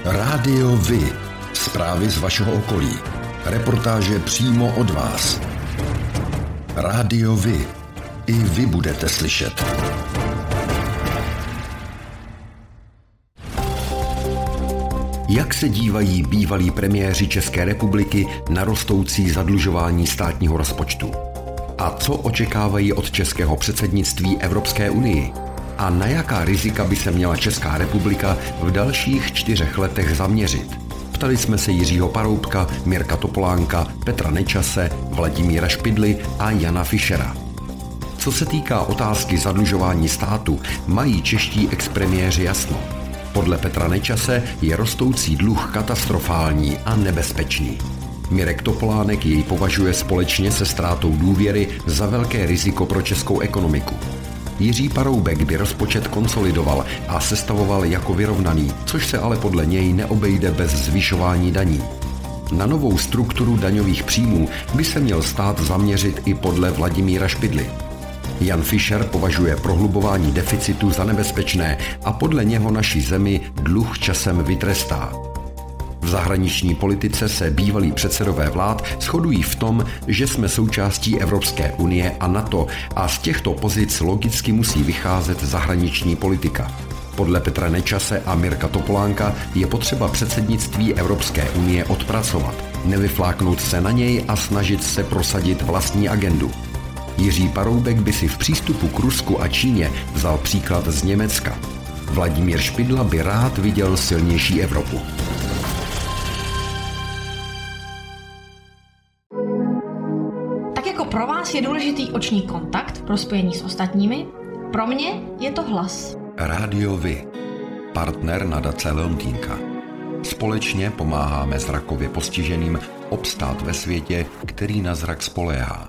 Rádio Vy. Zprávy z vašeho okolí. Reportáže přímo od vás. Rádio Vy. I vy budete slyšet. Jak se dívají bývalí premiéři České republiky na rostoucí zadlužování státního rozpočtu? A co očekávají od českého předsednictví Evropské unii? A na jaká rizika by se měla Česká republika v dalších 4 letech zaměřit? Ptali jsme se Jiřího Paroubka, Mirka Topolánka, Petra Nečase, Vladimíra Špidly a Jana Fischera. Co se týká otázky zadlužování státu, mají čeští expremiéři jasno. Podle Petra Nečase je rostoucí dluh katastrofální a nebezpečný. Mirek Topolánek jej považuje společně se ztrátou důvěry za velké riziko pro českou ekonomiku. Jiří Paroubek by rozpočet konsolidoval a sestavoval jako vyrovnaný, což se ale podle něj neobejde bez zvyšování daní. Na novou strukturu daňových příjmů by se měl stát zaměřit i podle Vladimíra Špidly. Jan Fischer považuje prohlubování deficitu za nebezpečné a podle něho naši zemi dluh časem vytrestá. V zahraniční politice se bývalí předsedové vlád shodují v tom, že jsme součástí Evropské unie a NATO a z těchto pozic logicky musí vycházet zahraniční politika. Podle Petra Nečase a Mirka Topolánka je potřeba předsednictví Evropské unie odpracovat, nevyfláknout se na něj a snažit se prosadit vlastní agendu. Jiří Paroubek by si v přístupu k Rusku a Číně vzal příklad z Německa. Vladimír Špidla by rád viděl silnější Evropu. Tak jako pro vás je důležitý oční kontakt pro spojení s ostatními, pro mě je to hlas. Rádio Vy. Partner nadace Leontýnka. Společně pomáháme zrakově postiženým obstát ve světě, který na zrak spoléhá.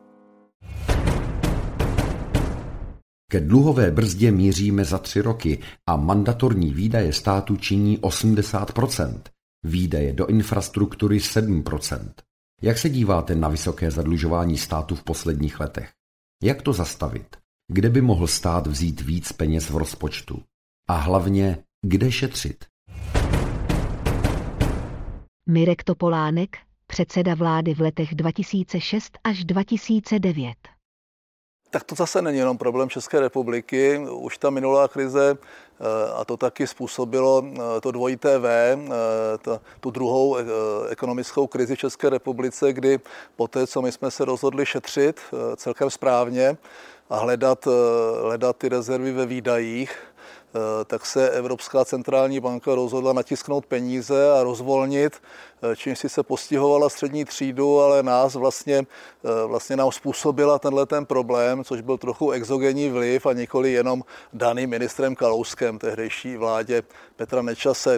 Ke dluhové brzdě míříme za 3 roky a mandatorní výdaje státu činí 80%, výdaje do infrastruktury 7%. Jak se díváte na vysoké zadlužování státu v posledních letech? Jak to zastavit? Kde by mohl stát vzít víc peněz v rozpočtu? A hlavně, kde šetřit? Mirek Topolánek, předseda vlády v letech 2006 až 2009. Tak to zase není jenom problém České republiky. Už ta minulá krize, a to taky způsobilo to dvojité V, tu druhou ekonomickou krizi v České republice, kdy poté, co my jsme se rozhodli šetřit celkem správně a hledat ty rezervy ve výdajích, tak se Evropská centrální banka rozhodla natisknout peníze a rozvolnit, čímž si se postihovala střední třídu, ale nás vlastně nám způsobila ten problém, což byl trochu exogenní vliv a nikoli jenom daný ministrem Kalouskem tehdejší vládě Petra Nečase.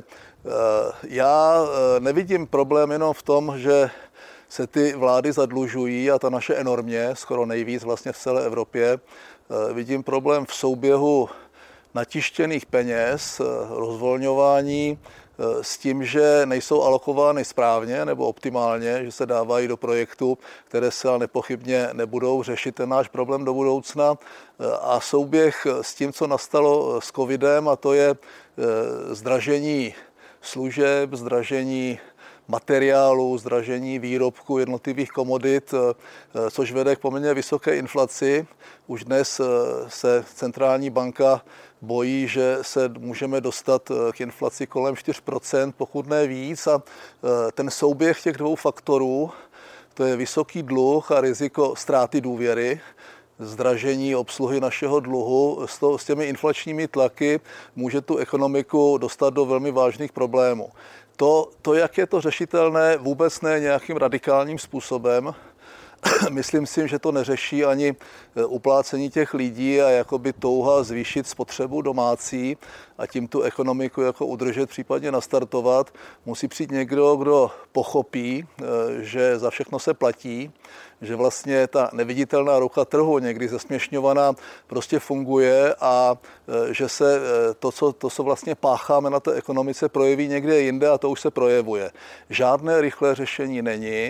Já nevidím problém jenom v tom, že se ty vlády zadlužují a ta naše enormně, skoro nejvíc vlastně v celé Evropě. Vidím problém v souběhu natištěných peněz, rozvolňování s tím, že nejsou alokovány správně nebo optimálně, že se dávají do projektů, které se ale nepochybně nebudou řešit ten náš problém do budoucna. A souběh s tím, co nastalo s covidem, a to je zdražení služeb, zdražení materiálu, zdražení výrobku jednotlivých komodit, což vede k poměrně vysoké inflaci. Už dnes se centrální banka bojí, že se můžeme dostat k inflaci kolem 4%, pokud ne víc. A ten souběh těch 2 faktorů, to je vysoký dluh a riziko ztráty důvěry, zdražení obsluhy našeho dluhu s těmi inflačními tlaky může tu ekonomiku dostat do velmi vážných problémů. To, jak je to řešitelné, vůbec ne nějakým radikálním způsobem. Myslím si, že to neřeší ani uplácení těch lidí a jakoby touha zvýšit spotřebu domácí a tím tu ekonomiku jako udržet, případně nastartovat. Musí přijít někdo, kdo pochopí, že za všechno se platí, že vlastně ta neviditelná ruka trhu, někdy zesměšňovaná, prostě funguje a že se to, co vlastně pácháme na té ekonomice, projeví někde jinde a to už se projevuje. Žádné rychlé řešení není.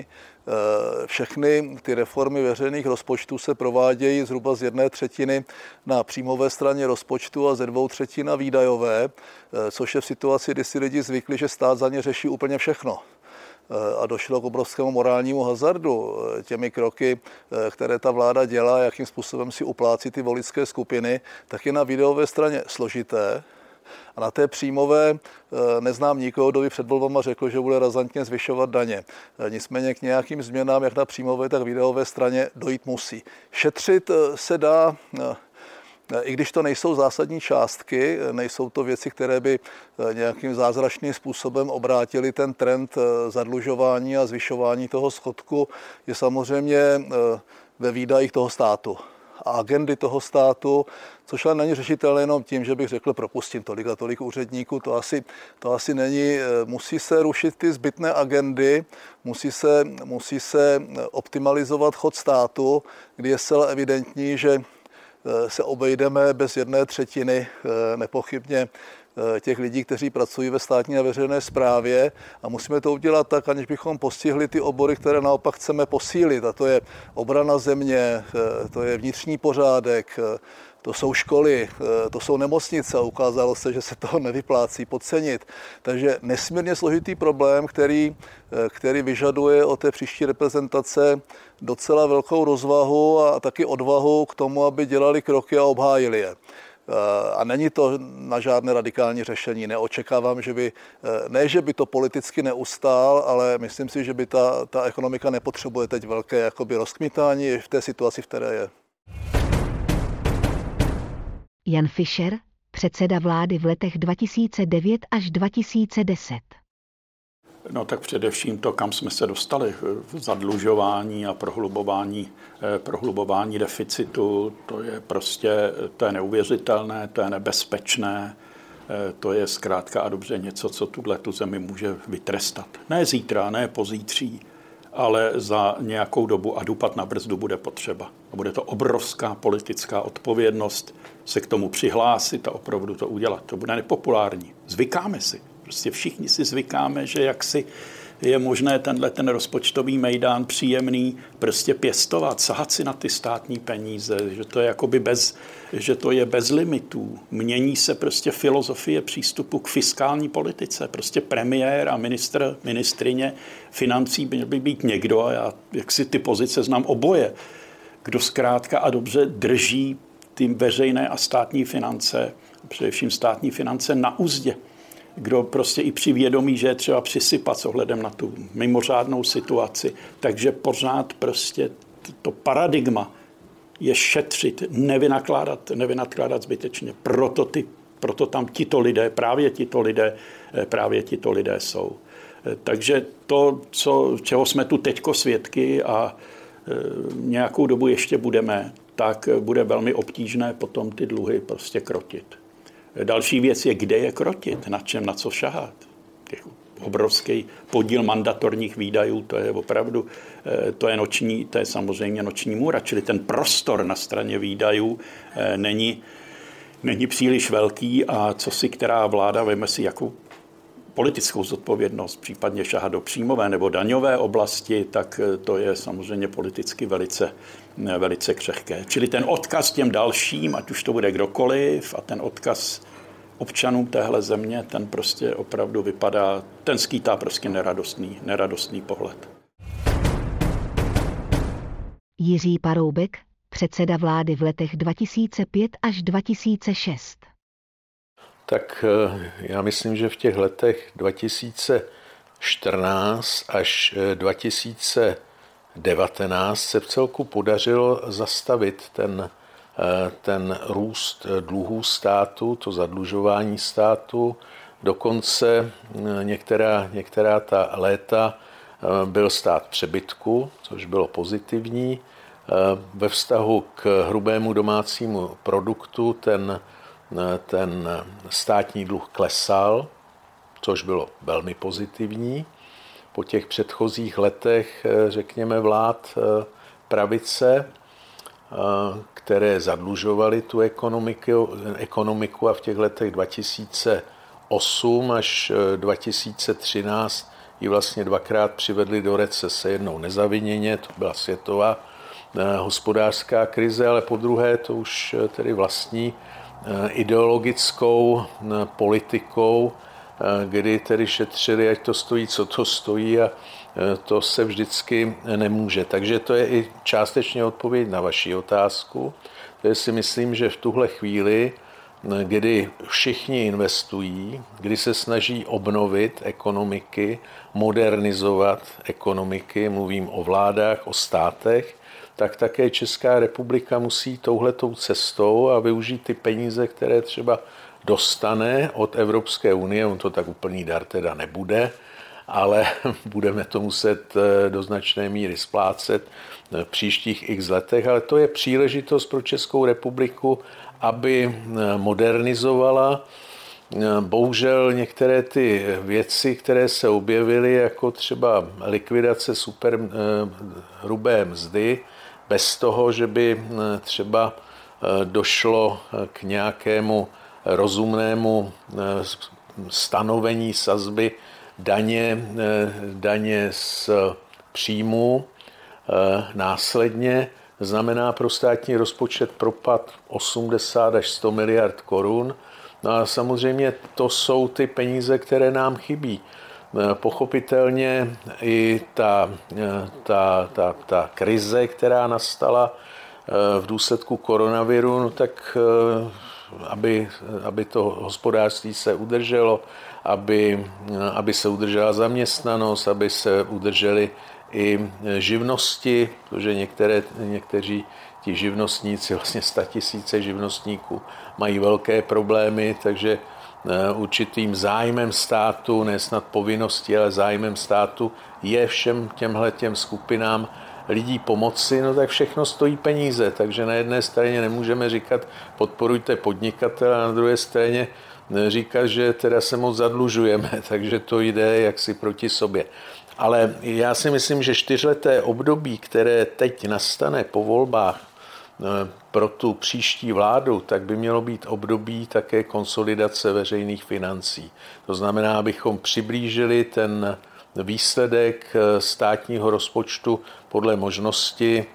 Všechny ty reformy veřejných rozpočtů se provádějí zhruba z 1/3 na příjmové straně rozpočtu a ze 2/3 na výdajové, což je v situaci, kdy si lidi zvykli, že stát za ně řeší úplně všechno. A došlo k obrovskému morálnímu hazardu těmi kroky, které ta vláda dělá, jakým způsobem si uplácí ty voličské skupiny, tak je na výdajové straně složité. A na té příjmové neznám nikoho, kdo by před volbama řekl, že bude razantně zvyšovat daně. Nicméně k nějakým změnám, jak na příjmové, tak výdajové straně dojít musí. Šetřit se dá, i když to nejsou zásadní částky, nejsou to věci, které by nějakým zázračným způsobem obrátily ten trend zadlužování a zvyšování toho schodku, je samozřejmě ve výdajích toho státu a agendy toho státu, což ale není řešitelné jenom tím, že bych řekl, propustím tolik a tolik úředníků, to asi není. Musí se rušit ty zbytné agendy, musí se optimalizovat chod státu, kdy je zcela evidentní, že se obejdeme bez 1/3 nepochybně těch lidí, kteří pracují ve státní a veřejné správě, a musíme to udělat tak, aniž bychom postihli ty obory, které naopak chceme posílit, a to je obrana země, to je vnitřní pořádek, to jsou školy, to jsou nemocnice. Ukázalo se, že se toho nevyplácí podcenit. Takže nesmírně složitý problém, který vyžaduje od té příští reprezentace docela velkou rozvahu a taky odvahu k tomu, aby dělali kroky a obhájili je. A není to na žádné radikální řešení. Neočekávám, že by to politicky neustál, ale myslím si, že by ta ekonomika nepotřebuje teď velké jakoby rozkmitání v té situaci, v které je. Jan Fischer, předseda vlády v letech 2009 až 2010. No tak především to, kam jsme se dostali, v zadlužování a prohlubování deficitu, to je neuvěřitelné, to je nebezpečné, to je zkrátka a dobře něco, co tu zemi může vytrestat. Ne zítra, ne pozítří, ale za nějakou dobu, a dupat na brzdu bude potřeba. A bude to obrovská politická odpovědnost se k tomu přihlásit a opravdu to udělat. To bude nepopulární. Zvykáme si. Prostě všichni si zvykáme, že jaksi je možné ten rozpočtový mejdán příjemný prostě pěstovat, sahat si na ty státní peníze, že to je bez limitů. Mění se prostě filozofie přístupu k fiskální politice. Prostě premiér a ministryně financí by měl být někdo, a já jaksi ty pozice znám oboje, kdo zkrátka a dobře drží ty veřejné a státní finance, především státní finance na uzdě. Kdo prostě i při vědomí, že je třeba přisypat s ohledem na tu mimořádnou situaci. Takže pořád prostě to paradigma je šetřit, nevynakládat zbytečně. Proto tam právě tito lidé jsou. Takže to, čeho jsme tu teďko svědky a nějakou dobu ještě budeme, tak bude velmi obtížné potom ty dluhy prostě krotit. Další věc je, kde je krotit, na co šahat. Obrovský podíl mandatorních výdajů, to je opravdu, to je samozřejmě noční můra, čili ten prostor na straně výdajů není příliš velký, a co si která vláda veme si jakou politickou zodpovědnost, případně šahat do příjmové nebo daňové oblasti, tak to je samozřejmě politicky velice křehké. Čili ten odkaz těm dalším, ať už to bude kdokoliv, a ten odkaz občanům téhle země, ten prostě opravdu ten skýtá prostě neradostný pohled. Jiří Paroubek, předseda vlády v letech 2005 až 2006. Tak já myslím, že v těch letech 2014 až 2019 se vcelku podařilo zastavit ten růst dluhů státu, to zadlužování státu. Dokonce některá ta léta byl stát přebytku, což bylo pozitivní. Ve vztahu k hrubému domácímu produktu ten státní dluh klesal, což bylo velmi pozitivní. Po těch předchozích letech, řekněme, vlád pravice, které zadlužovaly tu ekonomiku, a v těch letech 2008 až 2013 ji vlastně dvakrát přivedli do recese. Jednou nezaviněně, to byla světová hospodářská krize, ale po druhé to už tedy vlastní ideologickou politikou, kdy tedy šetřili, ať to stojí, co to stojí, a to se vždycky nemůže. Takže to je i částečně odpověď na vaši otázku. Takže si myslím, že v tuhle chvíli, kdy všichni investují, kdy se snaží obnovit ekonomiky, modernizovat ekonomiky, mluvím o vládách, o státech, tak také Česká republika musí touhletou cestou a využít ty peníze, které třeba dostane od Evropské unie. On to tak úplný dar teda nebude, ale budeme to muset do značné míry splácet v příštích x letech. Ale to je příležitost pro Českou republiku, aby modernizovala. Bohužel některé ty věci, které se objevily, jako třeba likvidace superhrubé mzdy, bez toho, že by třeba došlo k nějakému rozumnému stanovení sazby daně z příjmu, následně znamená pro státní rozpočet propad 80 až 100 miliard korun. No a samozřejmě to jsou ty peníze, které nám chybí. Pochopitelně i ta krize, která nastala v důsledku koronaviru, no tak aby to hospodářství se udrželo, aby se udržela zaměstnanost, aby se udržely i živnosti, protože někteří ti živnostníci, vlastně 100 000 živnostníků, mají velké problémy, takže určitým zájmem státu, ne snad povinností, ale zájmem státu je všem těmhletěm skupinám lidí pomoci, no tak všechno stojí peníze, takže na jedné straně nemůžeme říkat podporujte podnikatele, a na druhé straně říkat, že teda se moc zadlužujeme, takže to jde jaksi proti sobě. Ale já si myslím, že 4leté období, které teď nastane po volbách pro tu příští vládu, tak by mělo být období také konsolidace veřejných financí. To znamená, abychom přiblížili ten výsledek státního rozpočtu podle možnosti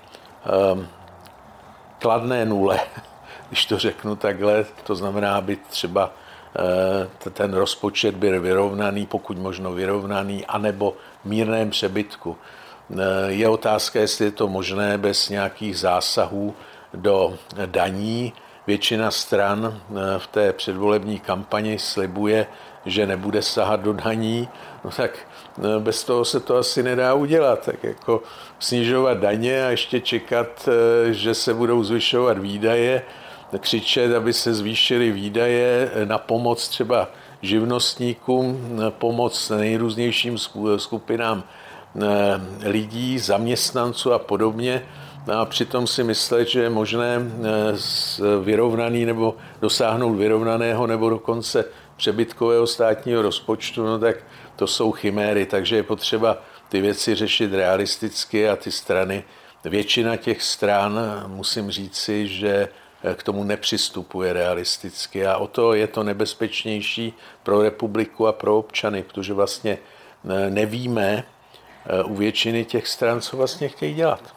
kladné nule, když to řeknu takhle. To znamená, aby třeba ten rozpočet byl vyrovnaný, pokud možno vyrovnaný, anebo v mírném přebytku. Je otázka, jestli je to možné bez nějakých zásahů do daní. Většina stran v té předvolební kampani slibuje, že nebude sahat do daní, no tak bez toho se to asi nedá udělat. Tak jako snižovat daně a ještě čekat, že se budou zvyšovat výdaje, křičet, aby se zvýšily výdaje na pomoc třeba živnostníkům, pomoc nejrůznějším skupinám lidí, zaměstnanců a podobně. A přitom si myslet, že je možné vyrovnaný nebo dosáhnout vyrovnaného nebo dokonce přebytkového státního rozpočtu, no tak to jsou chiméry, takže je potřeba ty věci řešit realisticky a ty strany, většina těch stran, musím říci, že k tomu nepřistupuje realisticky a o to je to nebezpečnější pro republiku a pro občany, protože vlastně nevíme u většiny těch stran, co vlastně chtějí dělat.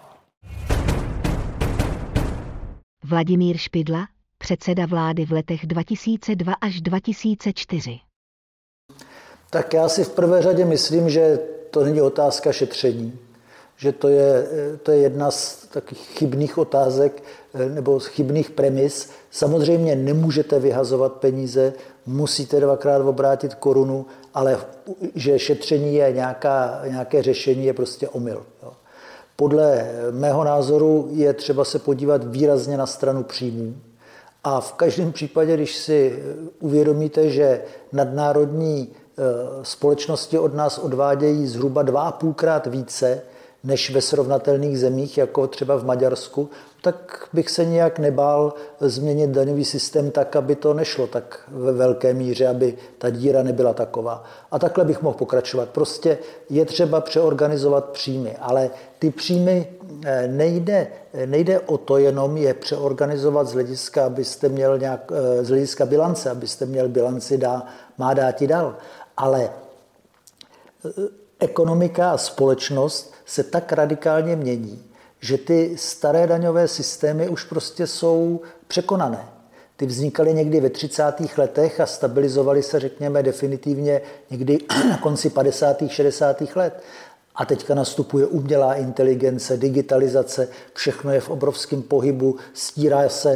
Vladimír Špidla, předseda vlády v letech 2002 až 2004. Tak já si v prvé řadě myslím, že to není otázka šetření, že to je jedna z takových chybných otázek nebo chybných premis. Samozřejmě nemůžete vyhazovat peníze, musíte dvakrát obrátit korunu, ale že šetření je nějaké řešení, je prostě omyl. Jo. Podle mého názoru je třeba se podívat výrazně na stranu příjmů. A v každém případě, když si uvědomíte, že nadnárodní společnosti od nás odvádějí zhruba 2,5krát více než ve srovnatelných zemích, jako třeba v Maďarsku, tak bych se nijak nebál změnit daňový systém tak, aby to nešlo tak ve velké míře, aby ta díra nebyla taková. A takhle bych mohl pokračovat. Prostě je třeba přeorganizovat příjmy, ale ty příjmy nejde o to jenom je přeorganizovat z hlediska, abyste měl z hlediska bilance, abyste měl bilanci má dáti dal. Ale ekonomika a společnost se tak radikálně mění, že ty staré daňové systémy už prostě jsou překonané. Ty vznikaly někdy ve 30. letech a stabilizovaly se, řekněme, definitivně někdy na konci 50. 60. let. A teďka nastupuje umělá inteligence, digitalizace, všechno je v obrovském pohybu, stírá se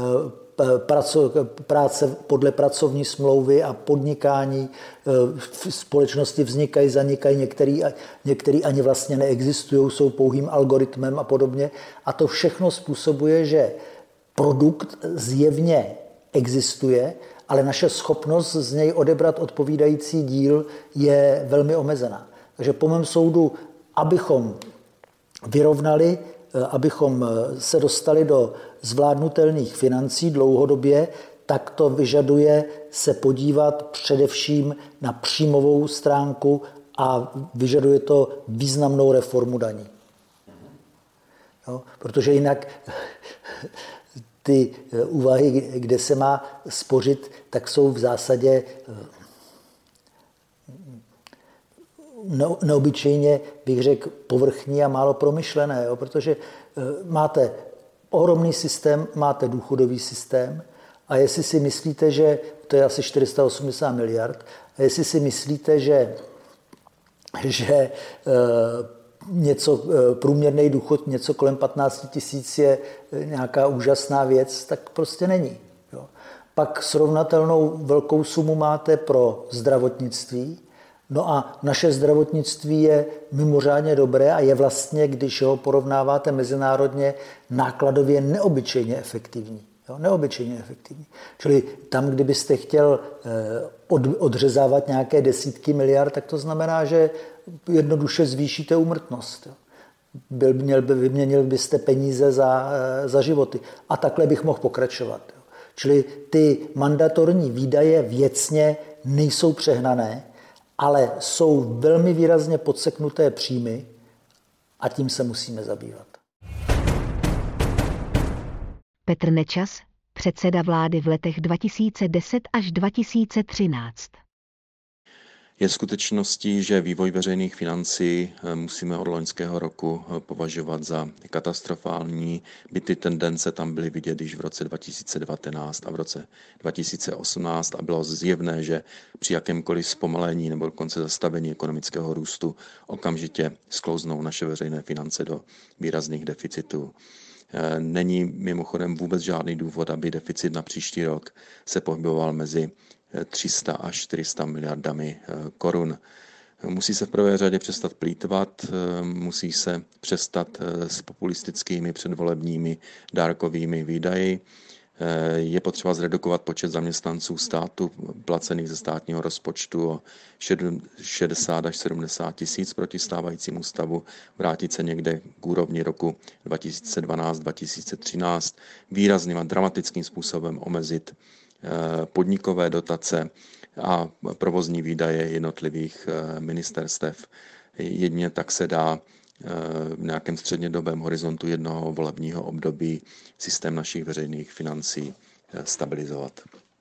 práce podle pracovní smlouvy a podnikání. V společnosti vznikají, zanikají, některý ani vlastně neexistují, jsou pouhým algoritmem a podobně. A to všechno způsobuje, že produkt zjevně existuje, ale naše schopnost z něj odebrat odpovídající díl je velmi omezená. Takže po mém soudu, abychom vyrovnali, abychom se dostali do zvládnutelných financí dlouhodobě, tak to vyžaduje se podívat především na příjmovou stránku a vyžaduje to významnou reformu daní. Jo? Protože jinak ty úvahy, kde se má spořit, tak jsou v zásadě neobyčejně, bych řekl, povrchní a málo promyšlené, jo? Protože máte ohromný systém, máte důchodový systém a jestli si myslíte, že to je asi 480 miliard, a jestli si myslíte, že něco, průměrný důchod něco kolem 15 000 je nějaká úžasná věc, tak prostě není. Jo? Pak srovnatelnou velkou sumu máte pro zdravotnictví. No a naše zdravotnictví je mimořádně dobré a je vlastně, když ho porovnáváte mezinárodně, nákladově neobyčejně efektivní. Jo? Neobyčejně efektivní. Čili tam, kdybyste chtěl odřezávat nějaké desítky miliard, tak to znamená, že jednoduše zvýšíte úmrtnost. Jo? Vyměnil byste peníze za životy. A takhle bych mohl pokračovat. Jo? Čili ty mandatorní výdaje věcně nejsou přehnané, ale jsou velmi výrazně podseknuté příjmy a tím se musíme zabývat. Petr Nečas, předseda vlády v letech 2010 až 2013. Je skutečností, že vývoj veřejných financí musíme od loňského roku považovat za katastrofální. By ty tendence tam byly vidět již v roce 2019 a v roce 2018 a bylo zjevné, že při jakémkoliv zpomalení nebo dokonce zastavení ekonomického růstu okamžitě sklouznou naše veřejné finance do výrazných deficitů. Není mimochodem vůbec žádný důvod, aby deficit na příští rok se pohyboval mezi 300 až 400 miliardami korun. Musí se v prvé řadě přestat plýtvat, musí se přestat s populistickými předvolebními dárkovými výdaji. Je potřeba zredukovat počet zaměstnanců státu placených ze státního rozpočtu o 60 až 70 tisíc proti stávajícímu stavu, vrátit se někde k úrovni roku 2012-2013, výrazným a dramatickým způsobem omezit podnikové dotace a provozní výdaje jednotlivých ministerstev. Jedině tak se dá v nějakém střednědobém horizontu jednoho volebního období systém našich veřejných financí stabilizovat.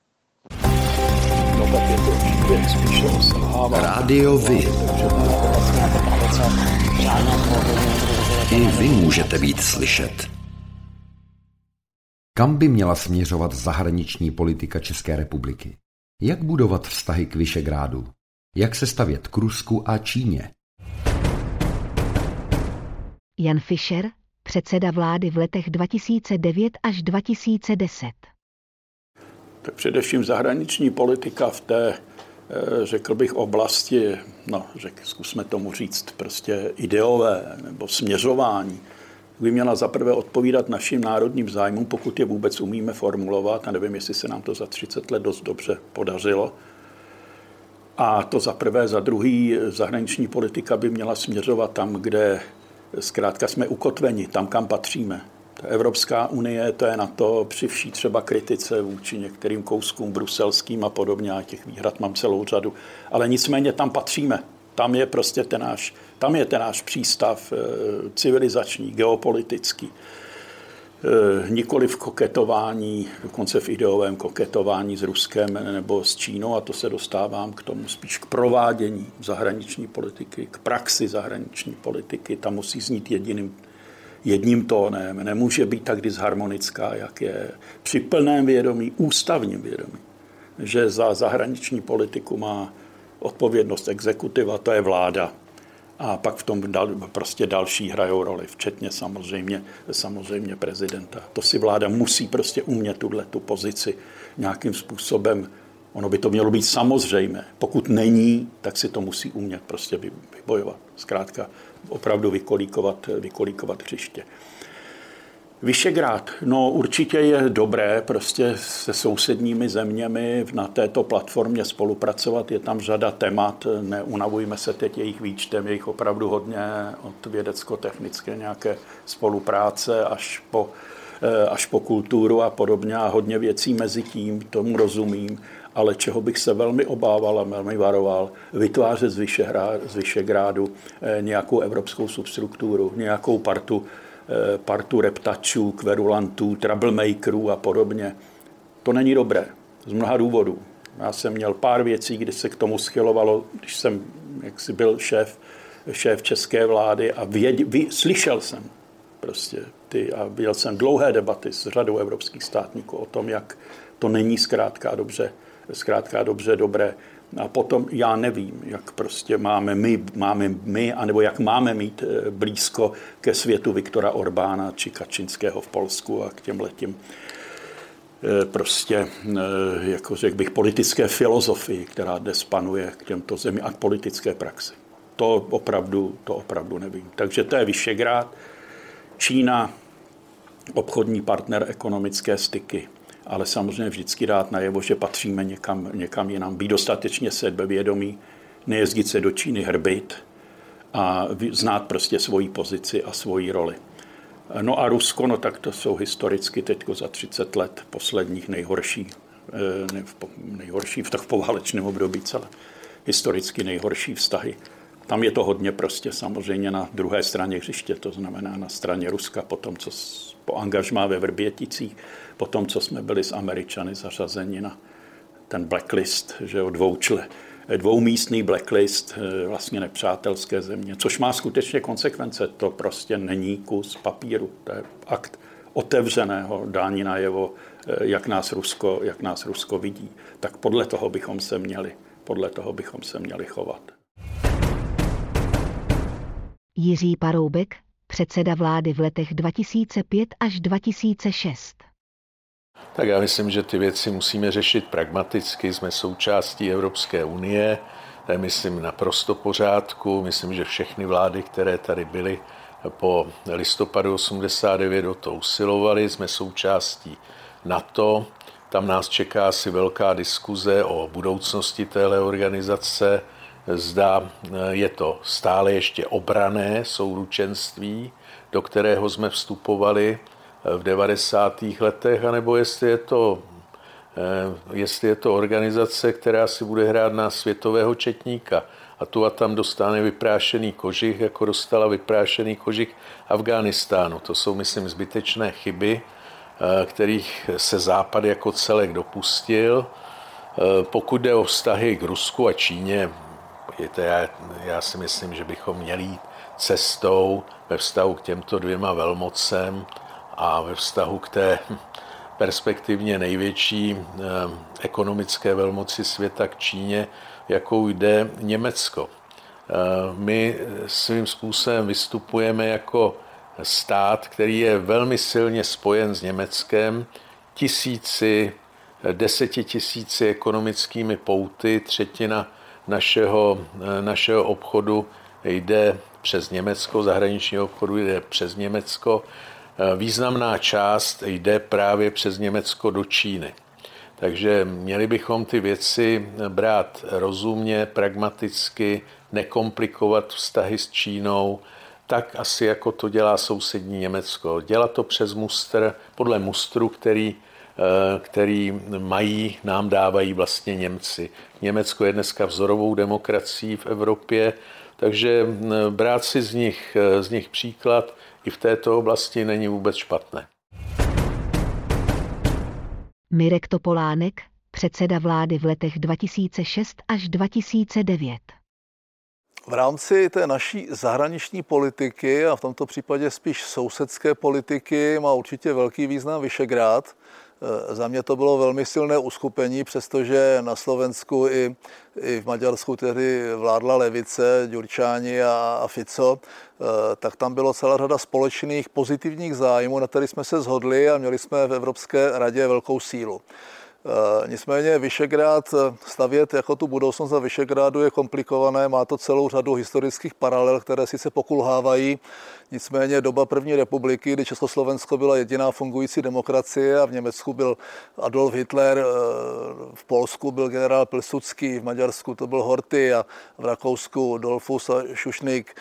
Rádio Vy. I vy můžete být slyšet. Kam by měla směřovat zahraniční politika České republiky? Jak budovat vztahy k Visegrádu? Jak se stavět k Rusku a Číně? Jan Fischer, předseda vlády v letech 2009 až 2010. Tak především zahraniční politika v té, řekl bych, oblasti, zkusme tomu říct, prostě ideové nebo směřování, by měla zaprvé odpovídat našim národním zájmům, pokud je vůbec umíme formulovat, a nevím, jestli se nám to za 30 let dost dobře podařilo. A to za prvé, za druhý, zahraniční politika by měla směřovat tam, kde zkrátka jsme ukotveni, tam, kam patříme. Ta Evropská unie, to je na to při vší třeba kritice vůči některým kouskům bruselským a podobně, a těch výhrad mám celou řadu, ale nicméně tam patříme. Tam je prostě ten náš přístav civilizační, geopolitický. nikoli v koketování, dokonce v ideovém koketování s Ruskem nebo s Čínou, a to se dostávám k tomu spíš k provádění zahraniční politiky, k praxi zahraniční politiky. Ta musí znít jedním tónem, nemůže být tak disharmonická, jak je při plném vědomí, ústavním vědomí, že za zahraniční politiku má odpovědnost exekutiva, to je vláda. A pak v tom prostě další hrajou roli, včetně samozřejmě prezidenta. To si vláda musí prostě umět tu pozici nějakým způsobem. Ono by to mělo být samozřejmé. Pokud není, tak si to musí umět prostě vybojovat. Zkrátka opravdu vykolíkovat hřiště. Vyšegrád, no určitě je dobré prostě se sousedními zeměmi na této platformě spolupracovat. Je tam řada témat, neunavujme se teď jejich výčtem, je jich opravdu hodně, od vědecko-technické nějaké spolupráce až po kulturu a podobně, a hodně věcí mezi tím, tomu rozumím, ale čeho bych se velmi obával a velmi varoval, vytvářet z Vyšegrádu nějakou evropskou substrukturu, nějakou partu reptačů, kverulantů, troublemakerů a podobně. To není dobré, z mnoha důvodů. Já jsem měl pár věcí, kdy se k tomu schylovalo, když jsem jaksi byl šéf české vlády, a slyšel jsem prostě a viděl jsem dlouhé debaty s řadou evropských státníků o tom, jak to není zkrátka dobře dobré. A potom já nevím, jak prostě máme my, anebo jak máme mít blízko ke světu Viktora Orbána či Kačinského v Polsku a k těmhletím prostě, jako řekl bych, politické filozofii, která dnes panuje k těmto zemím, a k politické praxi. To opravdu nevím. Takže to je Vyšegrád. Čína, obchodní partner, ekonomické styky. Ale samozřejmě vždycky dát najevo, že patříme někam jinam. Být dostatečně sebevědomí, nejezdit se do Číny hrbit a znát prostě svoji pozici a svoji roli. No a Rusko, no tak to jsou historicky teďko za 30 let posledních nejhorší v tak poválečném období celé. Historicky nejhorší vztahy. Tam je to hodně prostě samozřejmě na druhé straně hřiště, to znamená na straně Ruska, potom co po angažmá ve Vrběticích, potom co jsme byli s Američany zařazeni na ten blacklist, že jo, dvoumístný blacklist vlastně nepřátelské země, což má skutečně konsekvence. To prostě není kus papíru, to je akt otevřeného dání najevo, jak nás Rusko vidí. Tak podle toho bychom se měli chovat. Jiří Paroubek, předseda vlády v letech 2005 až 2006. Tak já myslím, že ty věci musíme řešit pragmaticky. Jsme součástí Evropské unie, to je, myslím, naprosto pořádku. Myslím, že všechny vlády, které tady byly po listopadu 89, o to usilovaly. Jsme součástí NATO. Tam nás čeká asi velká diskuze o budoucnosti téhle organizace. Zda je to stále ještě obranné souručenství, do kterého jsme vstupovali v 90. letech, anebo jestli je to organizace, která si bude hrát na světového četníka. A tu a tam dostane vyprášený kožich, jako dostala vyprášený kožich Afghánistánu. To jsou, myslím, zbytečné chyby, kterých se Západ jako celek dopustil. Pokud jde o vztahy k Rusku a Číně, já si myslím, že bychom měli jít cestou ve vztahu k těmto dvěma velmocem a ve vztahu k té perspektivně největší ekonomické velmoci světa, k Číně, jakou jde Německo. My svým způsobem vystupujeme jako stát, který je velmi silně spojen s Německem, desetitisíci ekonomickými pouty, třetina našeho obchodu jde přes Německo, zahraničního obchodu jde přes Německo. Významná část jde právě přes Německo do Číny. Takže měli bychom ty věci brát rozumně, pragmaticky, nekomplikovat vztahy s Čínou, tak asi jako to dělá sousední Německo. Dělat to přes mustr, podle mustru, který nám dávají vlastně Němci. Německo je dneska vzorovou demokracií v Evropě, takže brát si z nich příklad i v této oblasti není vůbec špatné. Mirek Topolánek, předseda vlády v letech 2006 až 2009. V rámci té naší zahraniční politiky a v tomto případě spíš sousedské politiky má určitě velký význam Visegrád. Za mě to bylo velmi silné uskupení, přestože na Slovensku i v Maďarsku tehdy vládla levice, Ďurčáni a Fico, tak tam bylo celá řada společných pozitivních zájmů, na kterých jsme se shodli a měli jsme v Evropské radě velkou sílu. Nicméně Visegrád stavět jako tu budoucnost za Visegrádu je komplikované, má to celou řadu historických paralel, které sice pokulhávají, nicméně doba první republiky, kdy Československo byla jediná fungující demokracie a v Německu byl Adolf Hitler, v Polsku byl generál Pilsudský, v Maďarsku to byl Horthy a v Rakousku Dollfuss a Šušník.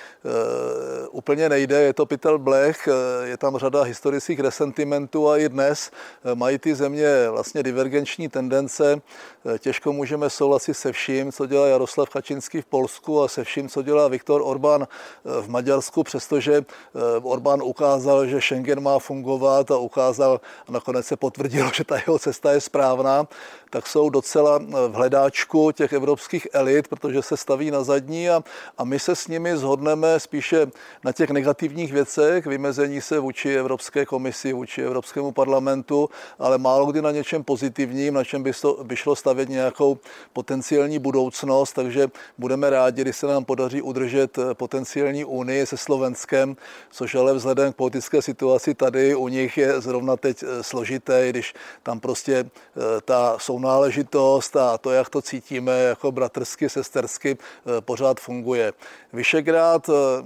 Úplně nejde, je to pytel blech, je tam řada historických resentimentů a i dnes mají ty země vlastně divergenční tendence. Těžko můžeme souhlasit se vším, co dělá Jaroslav Kačinský v Polsku a se vším, co dělá Viktor Orbán v Maďarsku, přestože Orbán ukázal, že Schengen má fungovat a ukázal a nakonec se potvrdilo, že ta jeho cesta je správná, tak jsou docela v hledáčku těch evropských elit, protože se staví na zadní a my se s nimi shodneme spíše na těch negativních věcech, vymezení se vůči Evropské komisi, vůči Evropskému parlamentu, ale málo kdy na něčem pozitivním, na čem by šlo stavět nějakou potenciální budoucnost, takže budeme rádi, když se nám podaří udržet potenciální unii se Slovenskem, což ale vzhledem k politické situaci tady u nich je zrovna teď složité, když tam prostě ta sounáležitost a to, jak to cítíme jako bratrsky, sestersky, pořád funguje. Visegrád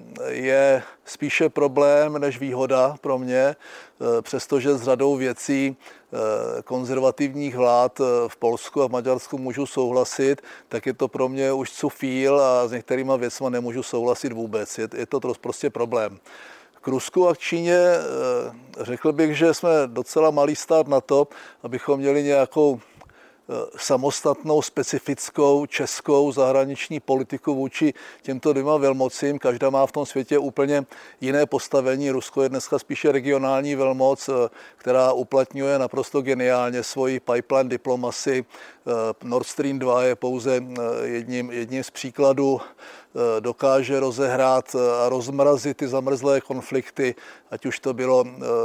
je spíše problém než výhoda pro mě, přestože s řadou věcí konzervativních vlád v Polsku a v Maďarsku můžu souhlasit, tak je to pro mě už zu viel a s některýma věcma nemůžu souhlasit vůbec. Je to prostě problém. K Rusku a k Číně řekl bych, že jsme docela malý stát na to, abychom měli nějakou samostatnou, specifickou českou zahraniční politiku vůči těmto dvěma velmocím. Každá má v tom světě úplně jiné postavení. Rusko je dneska spíše regionální velmoc, která uplatňuje naprosto geniálně svoji pipeline diplomacy. Nord Stream 2 je pouze jedním z příkladů. Dokáže rozehrát a rozmrazit ty zamrzlé konflikty, ať už to bylo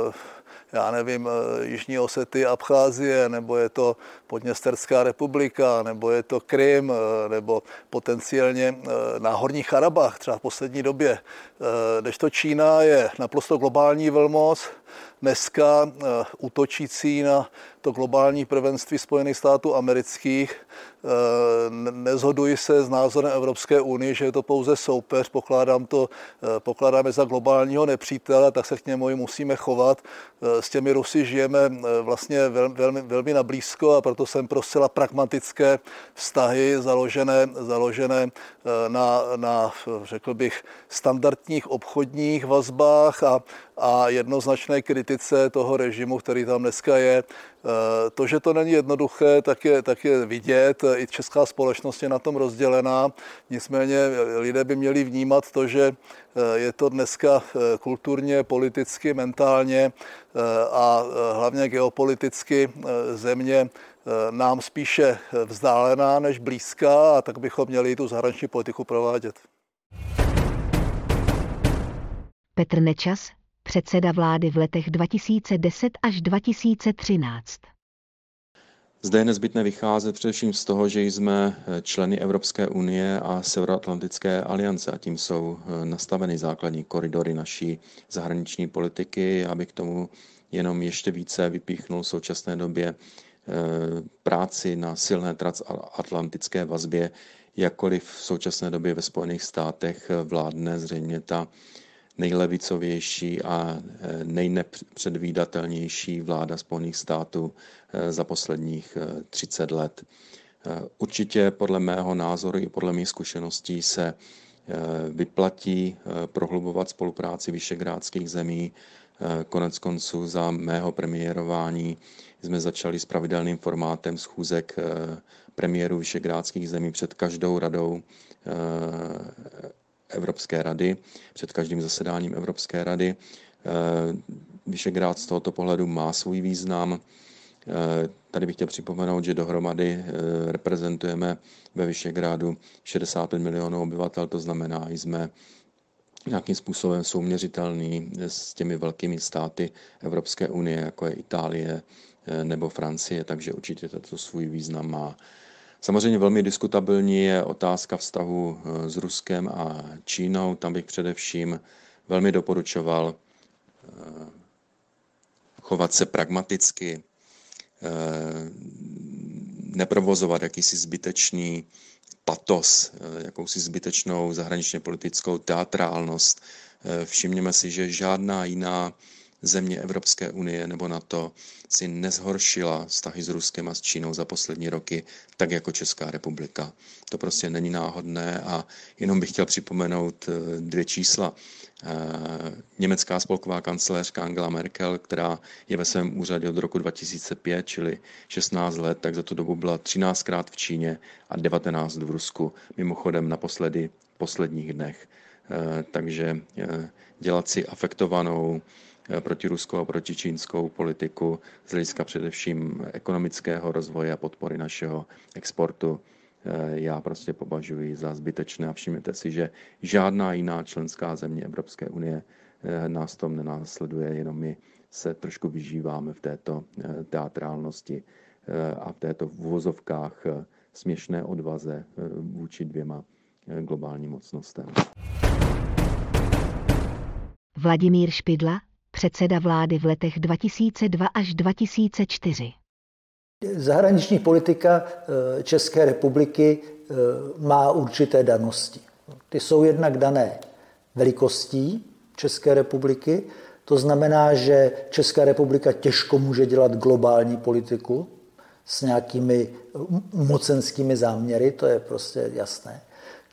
Jižní Osety, Abcházie, nebo je to Podněsterská republika, nebo je to Krym, nebo potenciálně Náhorní Karabach, třeba v poslední době. Kdežto Čína je naprosto globální velmoc, dneska útočící na to globální prvenství Spojených států amerických. Neshoduji se s názorem Evropské unie, že je to pouze soupeř, pokládáme za globálního nepřítele, tak se k němu musíme chovat. S těmi Rusy žijeme vlastně velmi nablízko a proto jsem pro zcela pragmatické vztahy založené na řekl bych, standardních obchodních vazbách a jednoznačné kritice toho režimu, který tam dneska je. To, že to není jednoduché, tak je vidět. I česká společnost je na tom rozdělená. Nicméně lidé by měli vnímat to, že je to dneska kulturně, politicky, mentálně a hlavně geopoliticky země nám spíše vzdálená než blízká, a tak bychom měli tu zahraniční politiku provádět. Petr Nečas, předseda vlády v letech 2010 až 2013. Zde je nezbytné vycházet především z toho, že jsme členy Evropské unie a Severoatlantické aliance a tím jsou nastaveny základní koridory naší zahraniční politiky. Aby k tomu jenom ještě více vypíchnul v současné době práci na silné transatlantické vazbě, jakkoliv v současné době ve Spojených státech vládne zřejmě ta nejlevicovější a nejnepředvídatelnější vláda Spojených států za posledních 30 let. Určitě podle mého názoru i podle mých zkušeností se vyplatí prohlubovat spolupráci visegrádských zemí. Konec konců za mého premiérování jsme začali s pravidelným formátem schůzek premiérů visegrádských zemí před každou radou Evropské rady, před každým zasedáním Evropské rady. Visegrád z tohoto pohledu má svůj význam. Tady bych chtěl připomenout, že dohromady reprezentujeme ve Visegrádu 65 milionů obyvatel, to znamená, že jsme nějakým způsobem souměřitelný s těmi velkými státy Evropské unie, jako je Itálie nebo Francie, takže určitě to svůj význam má. Samozřejmě velmi diskutabilní je otázka vztahu s Ruskem a Čínou. Tam bych především velmi doporučoval chovat se pragmaticky, neprovozovat jakýsi zbytečný patos, jakousi zbytečnou zahraničně politickou teatrálnost. Všimněme si, že žádná jiná země Evropské unie nebo NATO si nezhoršila vztahy s Ruskem a s Čínou za poslední roky, tak jako Česká republika. To prostě není náhodné a jenom bych chtěl připomenout 2 čísla. Německá spolková kancléřka Angela Merkel, která je ve svém úřadě od roku 2005, čili 16 let, tak za tu dobu byla 13krát v Číně a 19 v Rusku, mimochodem naposledy v posledních dnech. Takže dělat si afektovanou protiruskou a protičínskou politiku z hlediska především ekonomického rozvoje a podpory našeho exportu já prostě považuji za zbytečné a všimněte si, že žádná jiná členská země Evropské unie nás tom nenásleduje, jenom my se trošku vyžíváme v této teatrálnosti a v této v uvozovkách směšné odvaze vůči 2 globálním mocnostem. Vladimír Špidla, předseda vlády v letech 2002 až 2004. Zahraniční politika České republiky má určité danosti. Ty jsou jednak dané velikostí České republiky, to znamená, že Česká republika těžko může dělat globální politiku s nějakými mocenskými záměry, to je prostě jasné.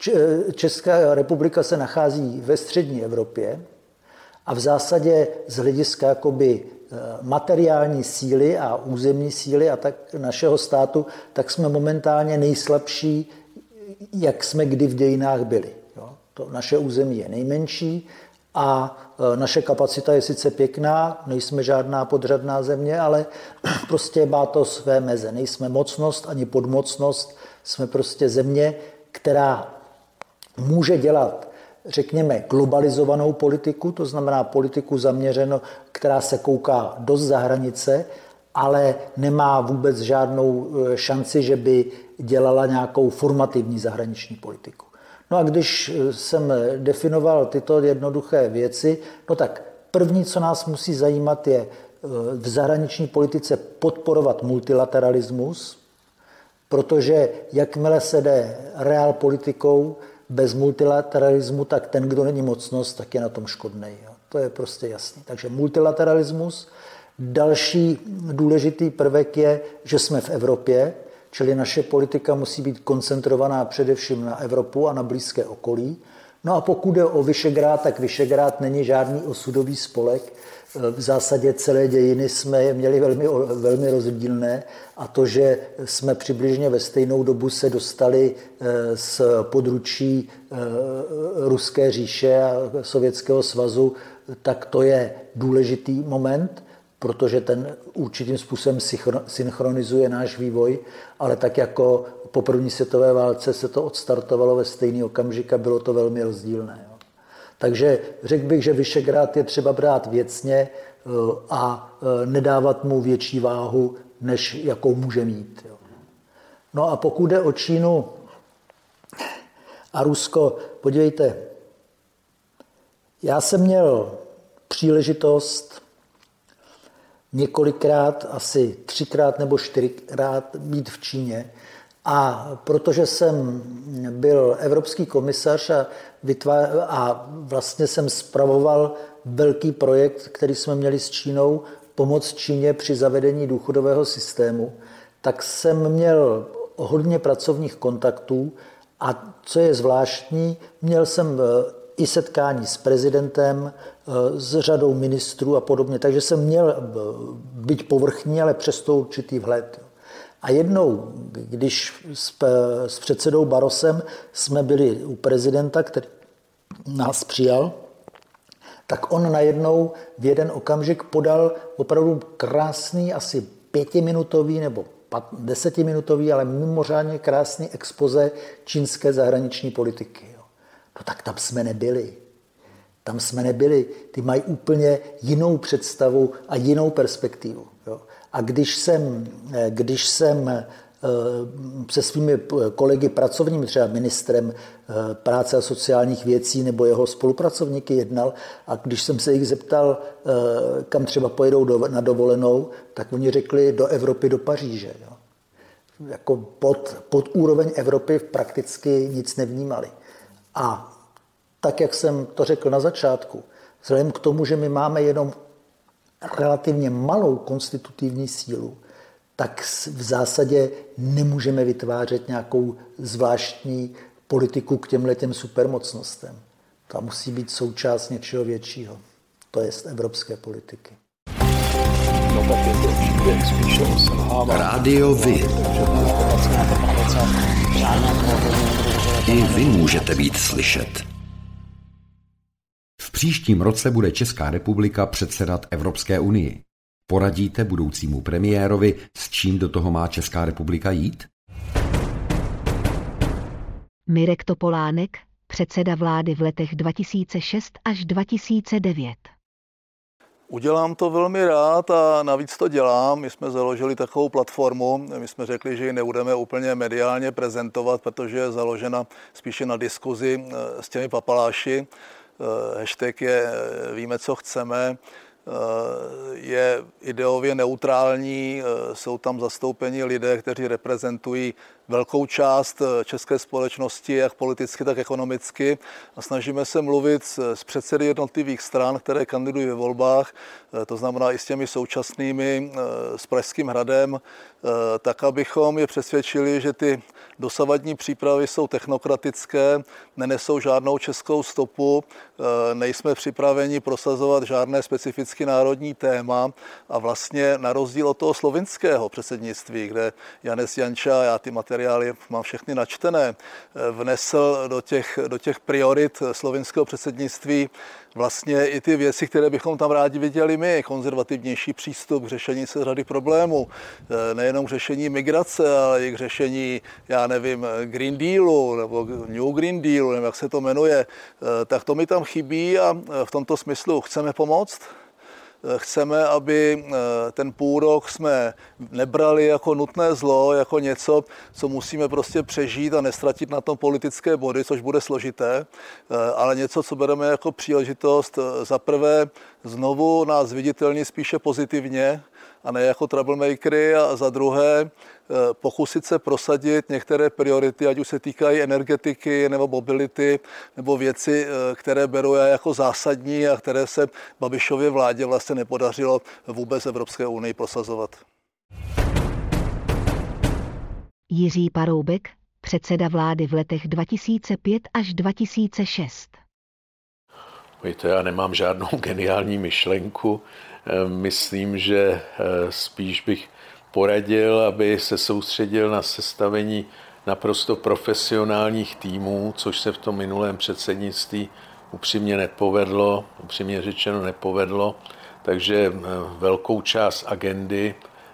Česká republika se nachází ve střední Evropě a v zásadě z hlediska jakoby materiální síly a územní síly a tak našeho státu, tak jsme momentálně nejslabší, jak jsme kdy v dějinách byli. Jo? To naše území je nejmenší a naše kapacita je sice pěkná, nejsme žádná podřadná země, ale prostě má to své meze. Nejsme mocnost ani podmocnost, jsme prostě země, která může dělat, řekněme, globalizovanou politiku, to znamená politiku zaměřenou, která se kouká dost za hranice, ale nemá vůbec žádnou šanci, že by dělala nějakou formativní zahraniční politiku. No a když jsem definoval tyto jednoduché věci, no tak první, co nás musí zajímat, je v zahraniční politice podporovat multilateralismus, protože jakmile se jde realpolitikou, bez multilateralismu, tak ten, kdo není mocnost, tak je na tom škodnej. Jo. To je prostě jasný. Takže multilateralismus. Další důležitý prvek je, že jsme v Evropě, čili naše politika musí být koncentrovaná především na Evropu a na blízké okolí. No a pokud jde o Visegrád, tak Visegrád není žádný osudový spolek. V zásadě celé dějiny jsme je měli velmi rozdílné a to, že jsme přibližně ve stejnou dobu se dostali z područí Ruské říše a Sovětského svazu, tak to je důležitý moment, protože ten určitým způsobem synchronizuje náš vývoj, ale tak jako po první světové válce se to odstartovalo ve stejný okamžik a bylo to velmi rozdílné. Takže řekl bych, že Visegrád je třeba brát věcně a nedávat mu větší váhu, než jakou může mít. No a pokud jde o Čínu a Rusko, podívejte, já jsem měl příležitost několikrát, asi 3krát nebo 4krát být v Číně. A protože jsem byl evropský komisař a vlastně jsem spravoval velký projekt, který jsme měli s Čínou, pomoc Číně při zavedení důchodového systému, tak jsem měl hodně pracovních kontaktů a co je zvláštní, měl jsem i setkání s prezidentem, s řadou ministrů a podobně, takže jsem měl být povrchní, ale přesto určitý vhled. A jednou, když s předsedou Barrosem jsme byli u prezidenta, který nás přijal, tak on najednou v jeden okamžik podal opravdu krásný, asi 5minutový nebo 10minutový, ale mimořádně krásný expoze čínské zahraniční politiky. Jo. No tak tam jsme nebyli. Tam jsme nebyli. Ty mají úplně jinou představu a jinou perspektivu. Jo. A když jsem se svými kolegy pracovními, třeba ministrem práce a sociálních věcí nebo jeho spolupracovníky jednal, a když jsem se jich zeptal, kam třeba pojedou na dovolenou, tak oni řekli do Evropy, do Paříže. Jo. Jako pod úroveň Evropy prakticky nic nevnímali. A tak, jak jsem to řekl na začátku, vzhledem k tomu, že my máme jenom relativně malou konstitutivní sílu, tak v zásadě nemůžeme vytvářet nějakou zvláštní politiku k těmhletěm supermocnostem. Ta musí být součást něčeho většího, to jest evropské politiky. Rádio Vy. I vy můžete být slyšet. V příštím roce bude Česká republika předsedat Evropské unii. Poradíte budoucímu premiérovi, s čím do toho má Česká republika jít? Mirek Topolánek, předseda vlády v letech 2006 až 2009. Udělám to velmi rád a navíc to dělám. My jsme založili takovou platformu, my jsme řekli, že ji nebudeme úplně mediálně prezentovat, protože je založena spíše na diskuzi s těmi papaláši. Hashtag je Víme, co chceme. Je ideově neutrální, jsou tam zastoupeni lidé, kteří reprezentují velkou část české společnosti, jak politicky, tak ekonomicky. A snažíme se mluvit s předsedy jednotlivých stran, které kandidují ve volbách, to znamená i s těmi současnými, s Pražským hradem, tak, abychom je přesvědčili, že ty dosavadní přípravy jsou technokratické, nenesou žádnou českou stopu, nejsme připraveni prosazovat žádné specificky národní téma a vlastně na rozdíl od toho slovinského předsednictví, kde Janez Janča, já ty materiály mám všechny načtené, vnesl do těch priorit slovinského předsednictví vlastně i ty věci, které bychom tam rádi viděli my, konzervativnější přístup k řešení se řady problémů, nejenom k řešení migrace, ale i k řešení, já nevím, Green Dealu nebo New Green Dealu, nevím, jak se to jmenuje, tak to mi tam chybí a v tomto smyslu chceme pomoct. Chceme, aby ten půlrok jsme nebrali jako nutné zlo, jako něco, co musíme prostě přežít a nestratit na tom politické body, což bude složité, ale něco, co bereme jako příležitost za prvé znovu nás viditelní spíše pozitivně a ne jako troublemakery a za druhé pokusit se prosadit některé priority, ať už se týkají energetiky nebo mobility, nebo věci, které beru já jako zásadní a které se Babišově vládě vlastně nepodařilo vůbec Evropské unii prosazovat. Jiří Paroubek, předseda vlády v letech 2005 až 2006. Víte, já nemám žádnou geniální myšlenku. Myslím, že spíš bych poradil, aby se soustředil na sestavení naprosto profesionálních týmů, což se v tom minulém předsednictví upřímně řečeno nepovedlo. Takže velkou část agendy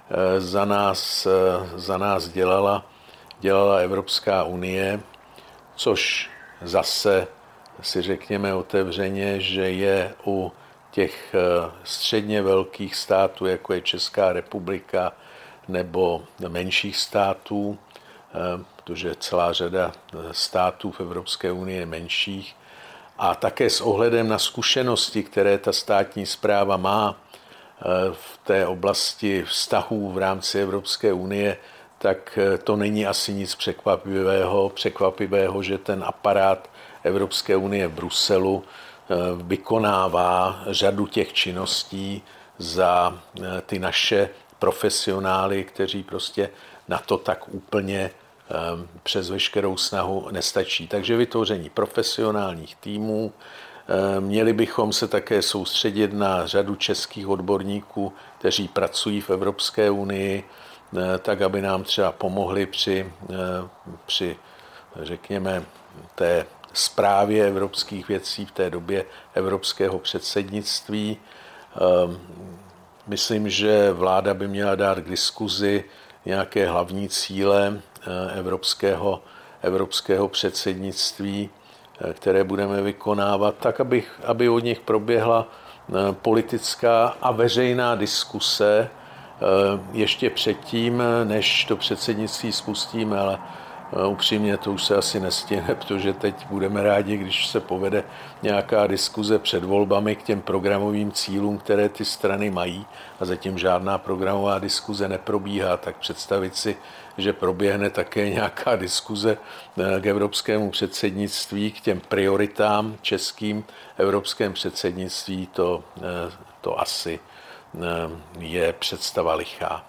za nás dělala Evropská unie, což zase si řekněme otevřeně, že je u těch středně velkých států, jako je Česká republika, nebo menších států, protože celá řada států v Evropské unii je menších, a také s ohledem na zkušenosti, které ta státní správa má v té oblasti vztahů v rámci Evropské unie, tak to není asi nic překvapivého, že ten aparát Evropské unie v Bruselu vykonává řadu těch činností za ty naše profesionály, kteří prostě na to tak úplně přes veškerou snahu nestačí. Takže vytvoření profesionálních týmů. Měli bychom se také soustředit na řadu českých odborníků, kteří pracují v Evropské unii, tak aby nám třeba pomohli při řekněme, té správě evropských věcí v té době evropského předsednictví. Myslím, že vláda by měla dát k diskuzi nějaké hlavní cíle evropského předsednictví, které budeme vykonávat, tak, aby od nich proběhla politická a veřejná diskuse ještě předtím, než to předsednictví spustíme, ale upřímně to už se asi nestihne, protože teď budeme rádi, když se povede nějaká diskuze před volbami k těm programovým cílům, které ty strany mají, a zatím žádná programová diskuze neprobíhá, tak představit si, že proběhne také nějaká diskuze k evropskému předsednictví, k těm prioritám českým evropském předsednictví, to asi je představa lichá.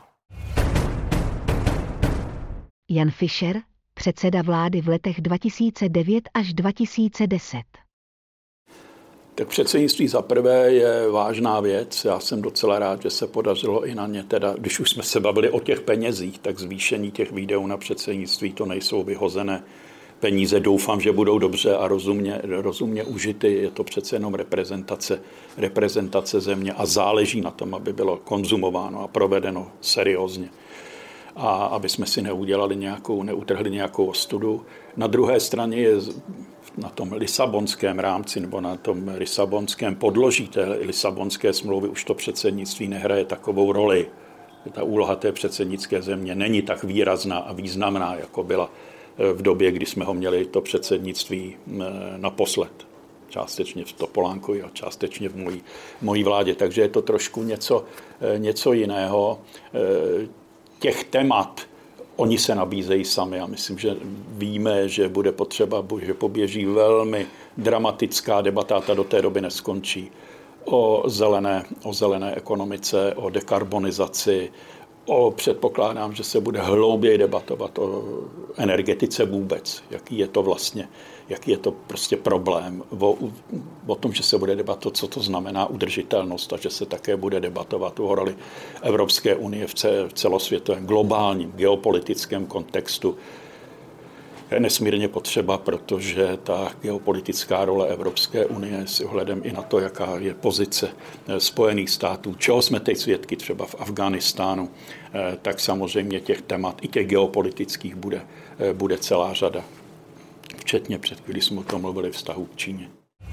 Jan Fischer, předseda vlády v letech 2009 až 2010. Tak předsednictví za prvé je vážná věc. Já jsem docela rád, že se podařilo i na ně, teda, když už jsme se bavili o těch penězích, tak zvýšení těch výdajů na předsednictví, to nejsou vyhozené peníze. Doufám, že budou dobře a rozumně užity. Je to přece jenom reprezentace země a záleží na tom, aby bylo konzumováno a provedeno seriózně. A aby jsme si neutrhli nějakou ostudu. Na druhé straně je na tom lisabonském rámci nebo na tom lisabonském podloží té lisabonské smlouvy už to předsednictví nehraje takovou roli. Ta úloha té předsednické země není tak výrazná a významná, jako byla v době, kdy jsme ho měli to předsednictví naposled. Částečně v Topolánkovi a částečně v mojí vládě. Takže je to trošku něco jiného. Těch témat, oni se nabízejí sami a myslím, že víme, že bude potřeba, že poběží velmi dramatická debata, ta do té doby neskončí, o zelené ekonomice, o dekarbonizaci, předpokládám, že se bude hlouběji debatovat o energetice vůbec, jaký je to prostě problém, o tom, že se bude debatovat, co to znamená udržitelnost a že se také bude debatovat o roli Evropské unie v celosvětovém globálním geopolitickém kontextu. Je nesmírně potřeba, protože ta geopolitická role Evropské unie s ohledem i na to, jaká je pozice Spojených států, čeho jsme teď svědky třeba v Afghánistánu, tak samozřejmě těch témat i těch geopolitických bude celá řada. Včetně před chvíli jsme o tom mluvili vztahu k Číně.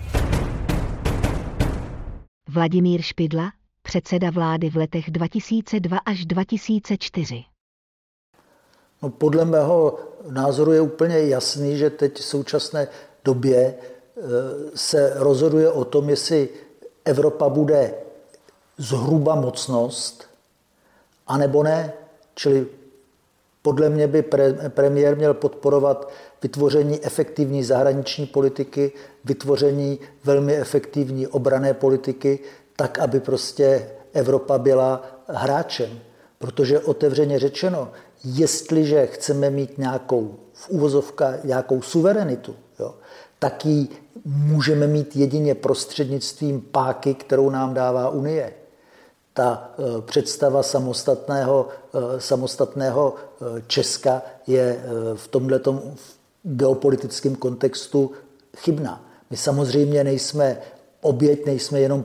Vladimír Špidla, předseda vlády v letech 2002 až 2004. No, podle mého názoru je úplně jasný, že teď v současné době se rozhoduje o tom, jestli Evropa bude zhruba mocnost, anebo ne. Čili podle mě by premiér měl podporovat vytvoření efektivní zahraniční politiky, vytvoření velmi efektivní obranné politiky, tak, aby prostě Evropa byla hráčem. Protože otevřeně řečeno, jestliže chceme mít nějakou, v uvozovkách, nějakou suverenitu, jo, tak ji můžeme mít jedině prostřednictvím páky, kterou nám dává Unie. Ta představa samostatného Česka je v tomhletom geopolitickém kontextu chybná. My samozřejmě nejsme oběť, nejsme jenom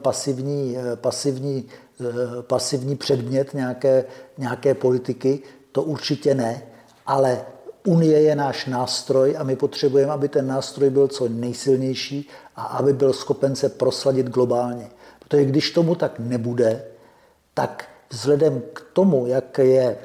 pasivní předmět nějaké politiky, to určitě ne, ale Unie je náš nástroj a my potřebujeme, aby ten nástroj byl co nejsilnější a aby byl schopen se prosladit globálně. Protože když tomu tak nebude, tak vzhledem k tomu, jak je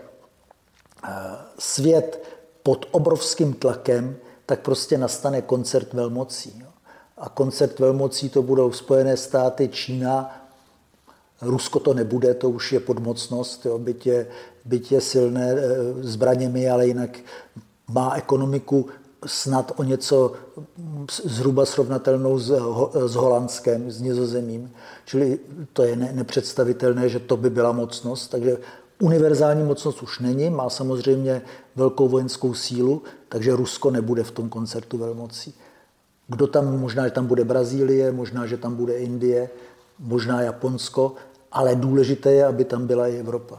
svět pod obrovským tlakem, tak prostě nastane koncert velmocí. A koncert velmocí to budou Spojené státy, Čína, Rusko to nebude, to už je podmocnost, jo, byť je silné zbraněmi, ale jinak má ekonomiku snad o něco zhruba srovnatelnou s Holandskem, s Nizozemím. Čili to je nepředstavitelné, že to by byla mocnost. Takže univerzální mocnost už není, má samozřejmě velkou vojenskou sílu, takže Rusko nebude v tom koncertu velmocí. Kdo tam, možná, že tam bude Brazílie, možná, že tam bude Indie, možná Japonsko, ale důležité je, aby tam byla i Evropa.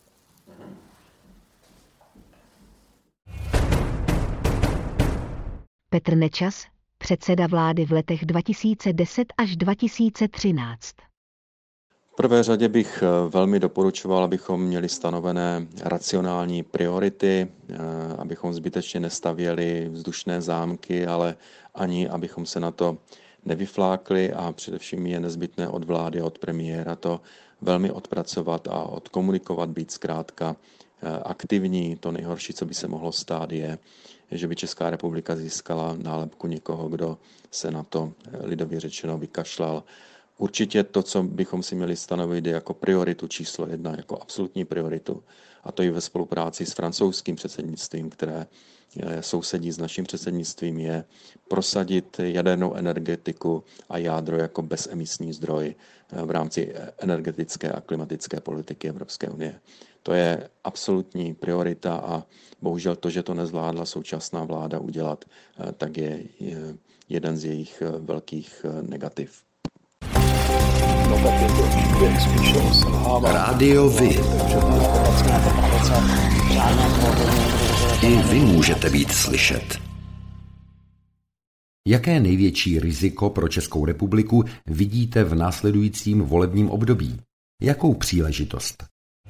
Petr Nečas, předseda vlády v letech 2010 až 2013. V prvé řadě bych velmi doporučoval, abychom měli stanovené racionální priority, abychom zbytečně nestavěli vzdušné zámky, ale ani abychom se na to nevyflákli a především je nezbytné od vlády a od premiéra to velmi odpracovat a odkomunikovat, být zkrátka aktivní. To nejhorší, co by se mohlo stát, je, že by Česká republika získala nálepku někoho, kdo se na to lidově řečeno vykašlal. Určitě to, co bychom si měli stanovit, je jako prioritu číslo 1, jako absolutní prioritu. A to i ve spolupráci s francouzským předsednictvím, které sousedí s naším předsednictvím, je prosadit jadernou energetiku a jádro jako bezemisní zdroj v rámci energetické a klimatické politiky Evropské unie. To je absolutní priorita a bohužel to, že to nezvládla současná vláda udělat, tak je jeden z jejich velkých negativ. Rádio Vy. I vy můžete být slyšet. Jaké největší riziko pro Českou republiku vidíte v následujícím volebním období? Jakou příležitost?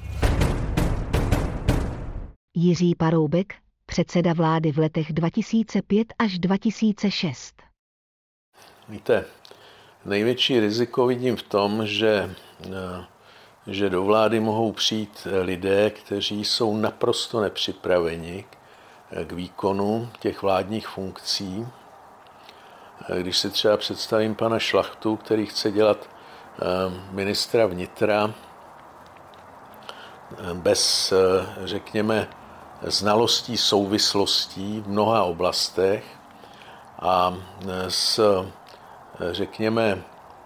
Jiří Paroubek, předseda vlády v letech 2005 až 2006. Víte, největší riziko vidím v tom, že do vlády mohou přijít lidé, kteří jsou naprosto nepřipraveni k výkonu těch vládních funkcí. Když si třeba představím pana Šlachtu, který chce dělat ministra vnitra bez, řekněme, znalostí souvislostí v mnoha oblastech a s, řekněme,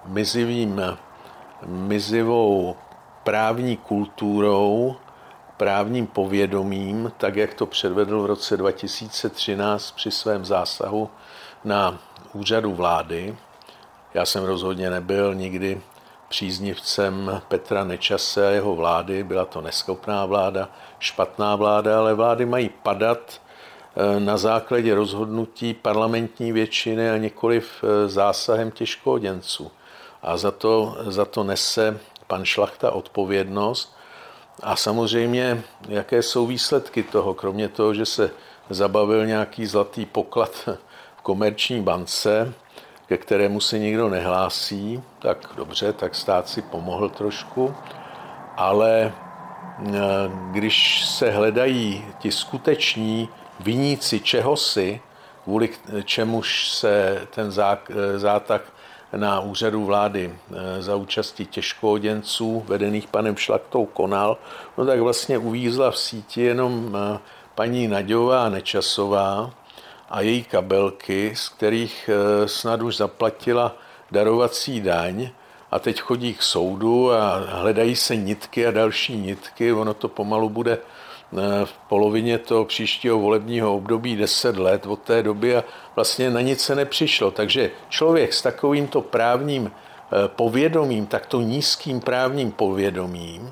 mizivou právní kulturou, právním povědomím, tak jak to předvedl v roce 2013 při svém zásahu na úřadu vlády. Já jsem rozhodně nebyl nikdy příznivcem Petra Nečase a jeho vlády, byla to neschopná vláda, špatná vláda, ale vlády mají padat na základě rozhodnutí parlamentní většiny a nikoliv zásahem těžkooděnců. A za to nese pan Šlachta odpovědnost. A samozřejmě, jaké jsou výsledky toho, kromě toho, že se zabavil nějaký zlatý poklad v Komerční bance, ke kterému se nikdo nehlásí, tak dobře, tak stát si pomohl trošku, ale když se hledají ti skuteční viníci čehosi, kvůli čemuž se ten zátah na úřadu vlády za účastí těžkooděnců vedených panem Šlachtou konal, no tak vlastně uvízla v síti jenom paní Naďová Nečasová a její kabelky, z kterých snad už zaplatila darovací daň a teď chodí k soudu a hledají se nitky a další nitky. Ono to pomalu bude v polovině toho příštího volebního období 10 let od té doby a vlastně na nic se nepřišlo. Takže člověk s takovýmto právním povědomím, takto nízkým právním povědomím,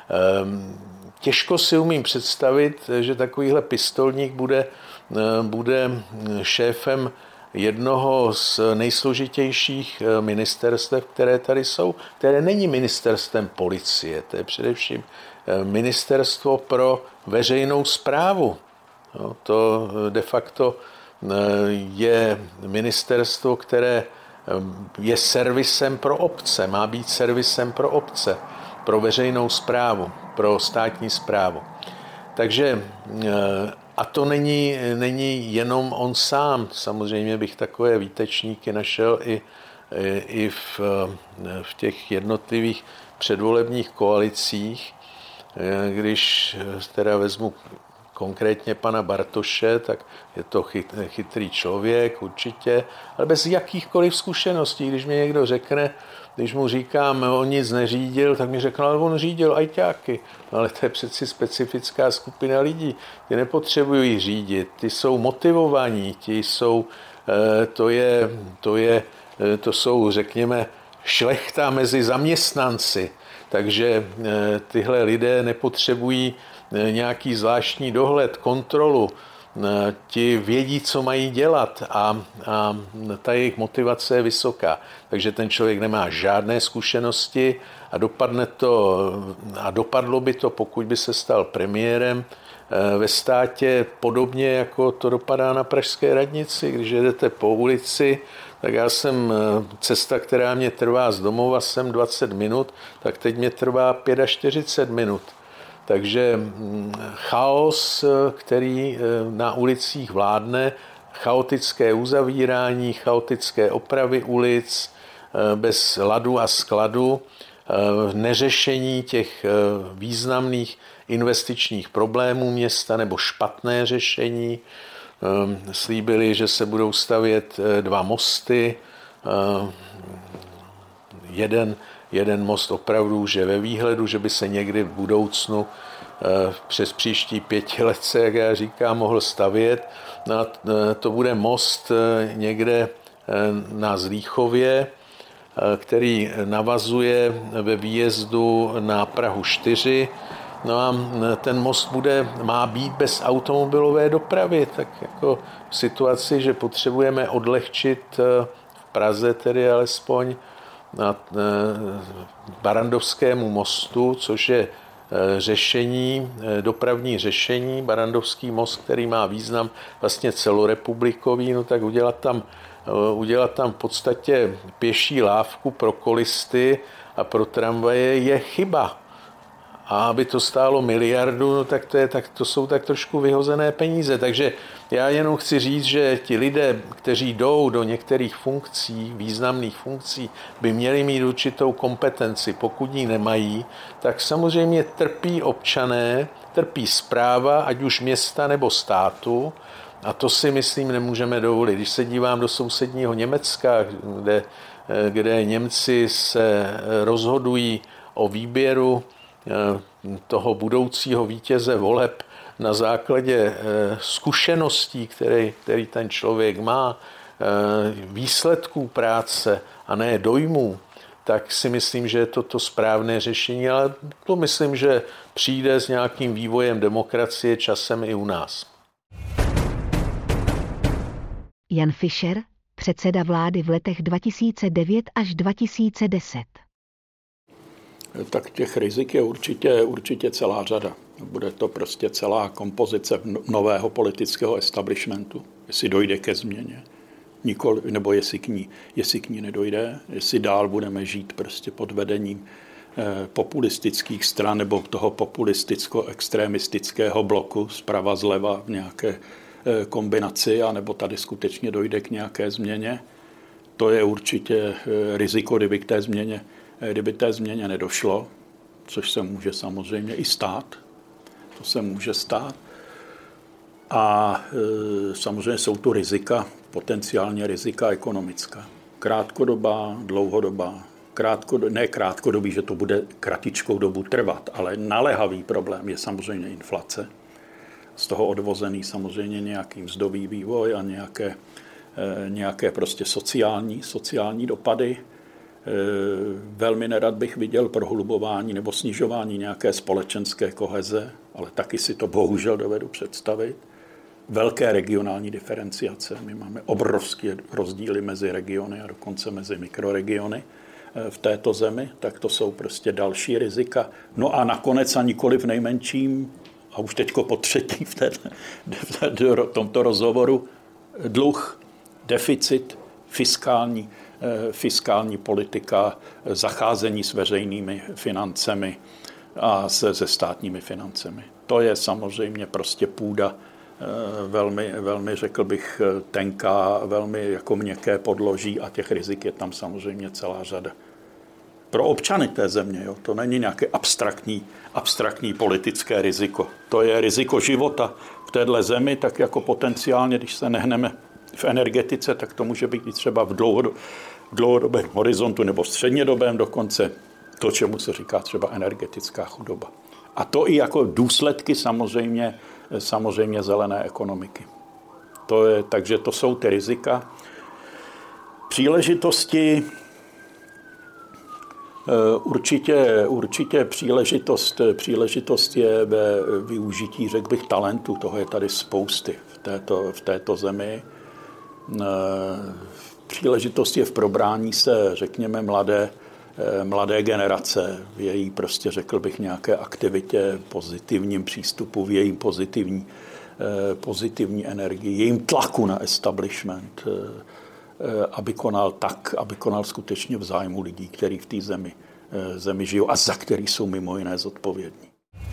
těžko si umím představit, že takovýhle pistolník bude šéfem jednoho z nejsložitějších ministerstev, které tady jsou, které není ministerstvem policie, to je především ministerstvo pro veřejnou správu. No, to de facto je ministerstvo, které je servisem pro obce, má být servisem pro obce, pro veřejnou správu, pro státní správu. Takže a to není jenom on sám. Samozřejmě bych takové výtečníky našel i v těch jednotlivých předvolebních koalicích. Když teda vezmu konkrétně pana Bartoše, tak je to chytrý člověk určitě, ale bez jakýchkoliv zkušeností. Když mi někdo řekne, když mu říkám, on nic neřídil, tak mi řekne, ale on řídil ajťáky. Ale to je přeci specifická skupina lidí. Ty nepotřebují řídit, ty jsou motivovaní, to jsou, řekněme, šlechta mezi zaměstnanci. Takže tyhle lidé nepotřebují nějaký zvláštní dohled, kontrolu. ti vědí, co mají dělat a ta jejich motivace je vysoká. Takže ten člověk nemá žádné zkušenosti a dopadlo by to, pokud by se stal premiérem ve státě, podobně jako to dopadá na pražské radnici. Když jedete po ulici, tak já jsem cesta, která mě trvá z domova sem 20 minut, tak teď mě trvá 45 minut. Takže chaos, který na ulicích vládne, chaotické uzavírání, chaotické opravy ulic, bez ladu a skladu, neřešení těch významných investičních problémů města nebo špatné řešení. Slíbili, že se budou stavět 2 mosty. Jeden most opravdu, že ve výhledu, že by se někdy v budoucnu přes příští 5 let se, jak já říkám, mohl stavět. No a to bude most někde na Zlíchově, který navazuje ve výjezdu na Prahu 4. No a ten most má být bez automobilové dopravy, tak jako v situaci, že potřebujeme odlehčit v Praze tedy alespoň na Barrandovskému mostu, což je dopravní řešení, Barrandovský most, který má význam vlastně celorepublikový, no tak udělat tam v podstatě pěší lávku pro kolisty a pro tramvaje je chyba. A aby to stálo miliardu, no tak to jsou tak trošku vyhozené peníze. Takže já jenom chci říct, že ti lidé, kteří jdou do některých funkcí, významných funkcí, by měli mít určitou kompetenci. Pokud ji nemají, tak samozřejmě trpí občané, trpí správa, ať už města nebo státu. A to si myslím nemůžeme dovolit. Když se dívám do sousedního Německa, kde Němci se rozhodují o výběru toho budoucího vítěze voleb na základě zkušeností, který ten člověk má, výsledků práce a ne dojmů, tak si myslím, že je to správné řešení, ale to myslím, že přijde s nějakým vývojem demokracie časem i u nás. Jan Fischer, předseda vlády v letech 2009 až 2010. Tak těch rizik je určitě celá řada. Bude to prostě celá kompozice nového politického establishmentu, jestli dojde ke změně, nebo jestli k ní nedojde, jestli dál budeme žít prostě pod vedením populistických stran nebo toho populisticko-extremistického bloku zprava zleva v nějaké kombinaci, anebo tady skutečně dojde k nějaké změně. To je určitě riziko, kdyby té změně nedošlo, což se může samozřejmě i stát. To se může stát. A samozřejmě jsou tu potenciálně rizika ekonomická. Krátkodobá, dlouhodobá. Ne krátkodobý, že to bude kratičkou dobu trvat, ale naléhavý problém je samozřejmě inflace. Z toho odvozený samozřejmě nějaký mzdový vývoj a nějaké prostě sociální dopady. Velmi nerad bych viděl prohlubování nebo snižování nějaké společenské koheze, ale taky si to bohužel dovedu představit. Velké regionální diferenciace. My máme obrovské rozdíly mezi regiony a dokonce mezi mikroregiony v této zemi, tak to jsou prostě další rizika. No a nakonec a nikoli v nejmenším, a už teďko po třetí v tomto rozhovoru, dluh, deficit, fiskální politika, zacházení s veřejnými financemi a se státními financemi. To je samozřejmě prostě půda velmi, řekl bych, tenká, velmi jako měkké podloží a těch rizik je tam samozřejmě celá řada. Pro občany té země, jo, to není nějaké abstraktní politické riziko. To je riziko života v téhle zemi, tak jako potenciálně, když se nehneme v energetice, tak to může být i třeba v dlouhodobém horizontu nebo v střednědobém dokonce to, čemu se říká třeba energetická chudoba. A to i jako důsledky samozřejmě zelené ekonomiky. Takže to jsou ty rizika. Příležitosti, Určitě příležitost je ve využití, řekl bych, talentu. Toho je tady spousty v této zemi. Příležitost je v probrání se, řekněme, mladé generace, v její, prostě řekl bych, nějaké aktivitě, pozitivním přístupu, v její pozitivní energii, jejím tlaku na establishment, aby konal skutečně v zájmu lidí, kteří v té zemi žijou a za který jsou mimo jiné zodpovědní.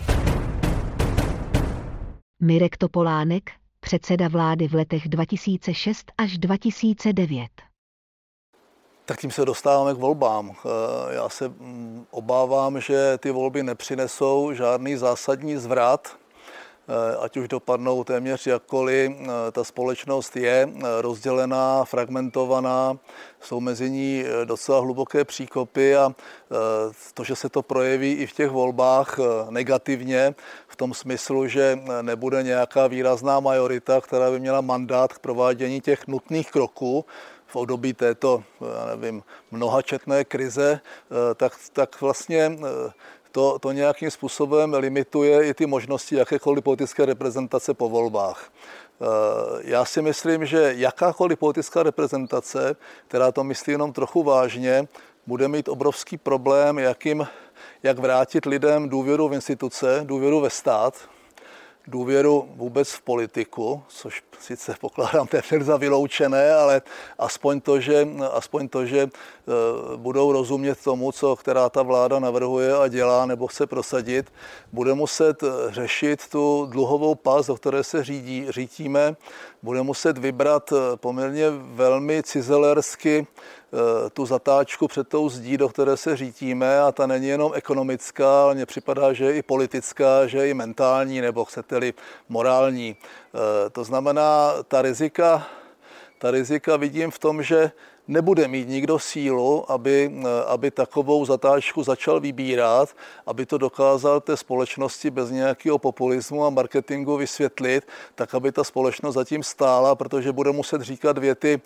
Mirek Topolánek, předseda vlády v letech 2006 až 2009. Tak tím se dostáváme k volbám. Já se obávám, že ty volby nepřinesou žádný zásadní zvrat, ať už dopadnou téměř jakkoliv. Ta společnost je rozdělená, fragmentovaná, jsou mezi ní docela hluboké příkopy a to, že se to projeví i v těch volbách negativně, v tom smyslu, že nebude nějaká výrazná majorita, která by měla mandát k provádění těch nutných kroků v období této, mnohačetné krize, tak vlastně to nějakým způsobem limituje i ty možnosti jakékoliv politické reprezentace po volbách. Já si myslím, že jakákoliv politická reprezentace, která to myslí jenom trochu vážně, bude mít obrovský problém, jak vrátit lidem důvěru v instituce, důvěru ve stát, důvěru vůbec v politiku, což sice pokládám téměř za vyloučené, ale aspoň to, že budou rozumět tomu, co která ta vláda navrhuje a dělá nebo chce prosadit, bude muset řešit tu dluhovou past, do které se řítíme, bude muset vybrat poměrně velmi cizelersky tu zatáčku před tou zdí, do které se řítíme, a ta není jenom ekonomická, ale mně připadá, že je i politická, že je i mentální, nebo chcete-li morální. To znamená, ta rizika vidím v tom, že nebude mít nikdo sílu, aby takovou zatáčku začal vybírat, aby to dokázal té společnosti bez nějakého populismu a marketingu vysvětlit, tak aby ta společnost zatím stála, protože bude muset říkat věty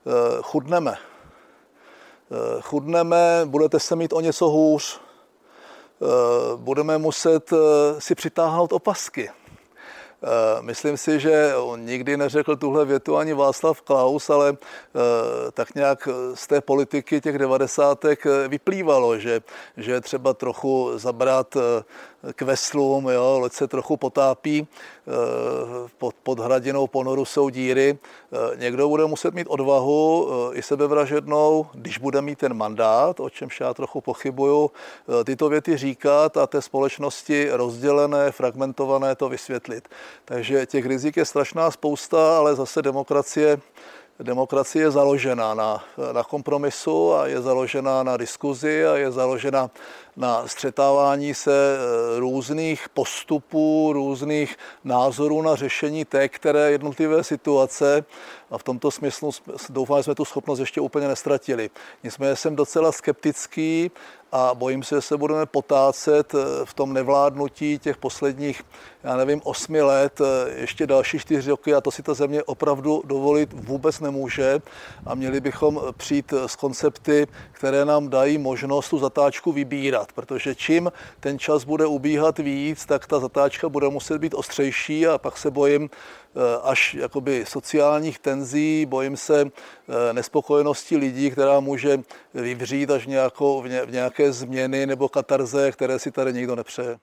chudneme, budete se mít o něco hůř, budeme muset si přitáhnout opasky. Myslím si, že on nikdy neřekl tuhle větu ani Václav Klaus, ale tak nějak z té politiky těch 90. vyplývalo, že třeba trochu zabrat k veslům, jo, loď se trochu potápí, pod hradinou ponoru jsou díry. Někdo bude muset mít odvahu i sebevražednou, když bude mít ten mandát, o čemž já trochu pochybuju, tyto věty říkat a té společnosti rozdělené, fragmentované to vysvětlit. Takže těch rizik je strašná spousta, ale zase demokracie je založena na kompromisu a je založena na diskuzi a je založena na střetávání se různých postupů, různých názorů na řešení té které jednotlivé situace. A v tomto smyslu doufám, že jsme tu schopnost ještě úplně nestratili. Nicméně jsem docela skeptický a bojím se, že se budeme potácet v tom nevládnutí těch posledních, 8 let, ještě další 4 roky, a to si ta země opravdu dovolit vůbec nemůže. A měli bychom přijít s koncepty, které nám dají možnost tu zatáčku vybírat, protože čím ten čas bude ubíhat víc, tak ta zatáčka bude muset být ostřejší a pak se bojím až jakoby sociálních tenzí, bojím se nespokojenosti lidí, která může vyvřít až v nějaké změny nebo katarze, které si tady nikdo nepřeje.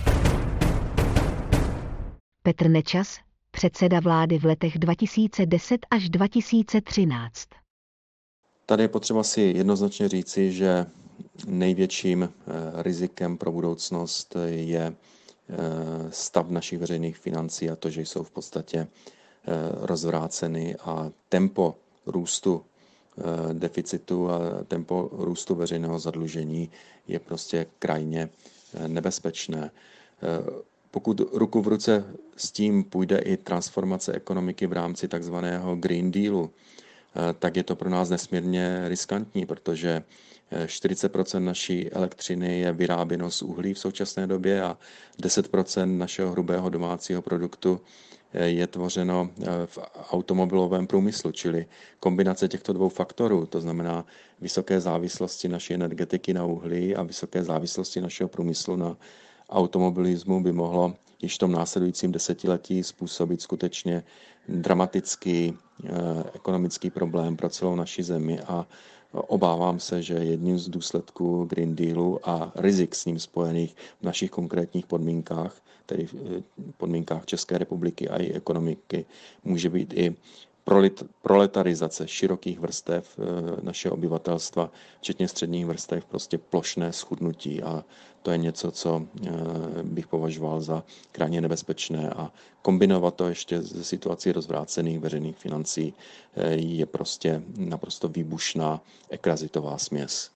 Petr Nečas, předseda vlády v letech 2010 až 2013. Tady je potřeba si jednoznačně říci, že největším rizikem pro budoucnost je stav našich veřejných financí a to, že jsou v podstatě rozvráceny a tempo růstu deficitu a tempo růstu veřejného zadlužení je prostě krajně nebezpečné. Pokud ruku v ruce s tím půjde i transformace ekonomiky v rámci takzvaného Green Dealu, tak je to pro nás nesmírně riskantní, protože 40% naší elektřiny je vyráběno z uhlí v současné době a 10% našeho hrubého domácího produktu je tvořeno v automobilovém průmyslu, čili kombinace těchto dvou faktorů, to znamená vysoké závislosti naší energetiky na uhlí a vysoké závislosti našeho průmyslu na automobilismu by mohlo již v tom následujícím desetiletí způsobit skutečně dramatický ekonomický problém pro celou naši zemi a obávám se, že jedním z důsledků Green Dealu a rizik s ním spojených v našich konkrétních podmínkách, tedy v podmínkách České republiky a její ekonomiky, může být i proletarizace širokých vrstev našeho obyvatelstva, včetně středních vrstev, prostě plošné schudnutí a to je něco, co bych považoval za krajně nebezpečné a kombinovat to ještě se situací rozvrácených veřejných financí je prostě naprosto výbušná ekrazitová směs.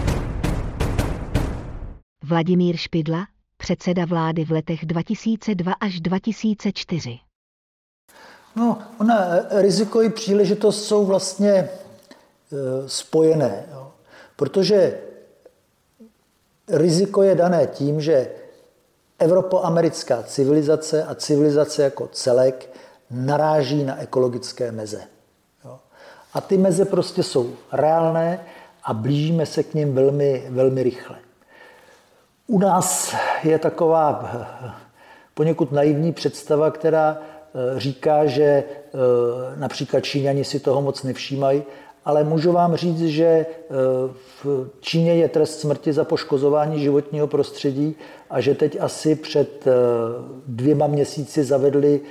Vladimír Špidla, předseda vlády v letech 2002 až 2004. No, riziko i příležitost jsou vlastně spojené, jo. Protože riziko je dané tím, že evropoamerická civilizace a civilizace jako celek naráží na ekologické meze. Jo. A ty meze prostě jsou reálné a blížíme se k nim velmi, velmi rychle. U nás je taková poněkud naivní představa, která říká, že například Číňani si toho moc nevšímají, ale můžu vám říct, že v Číně je trest smrti za poškozování životního prostředí a že teď asi před 2 měsíci zavedli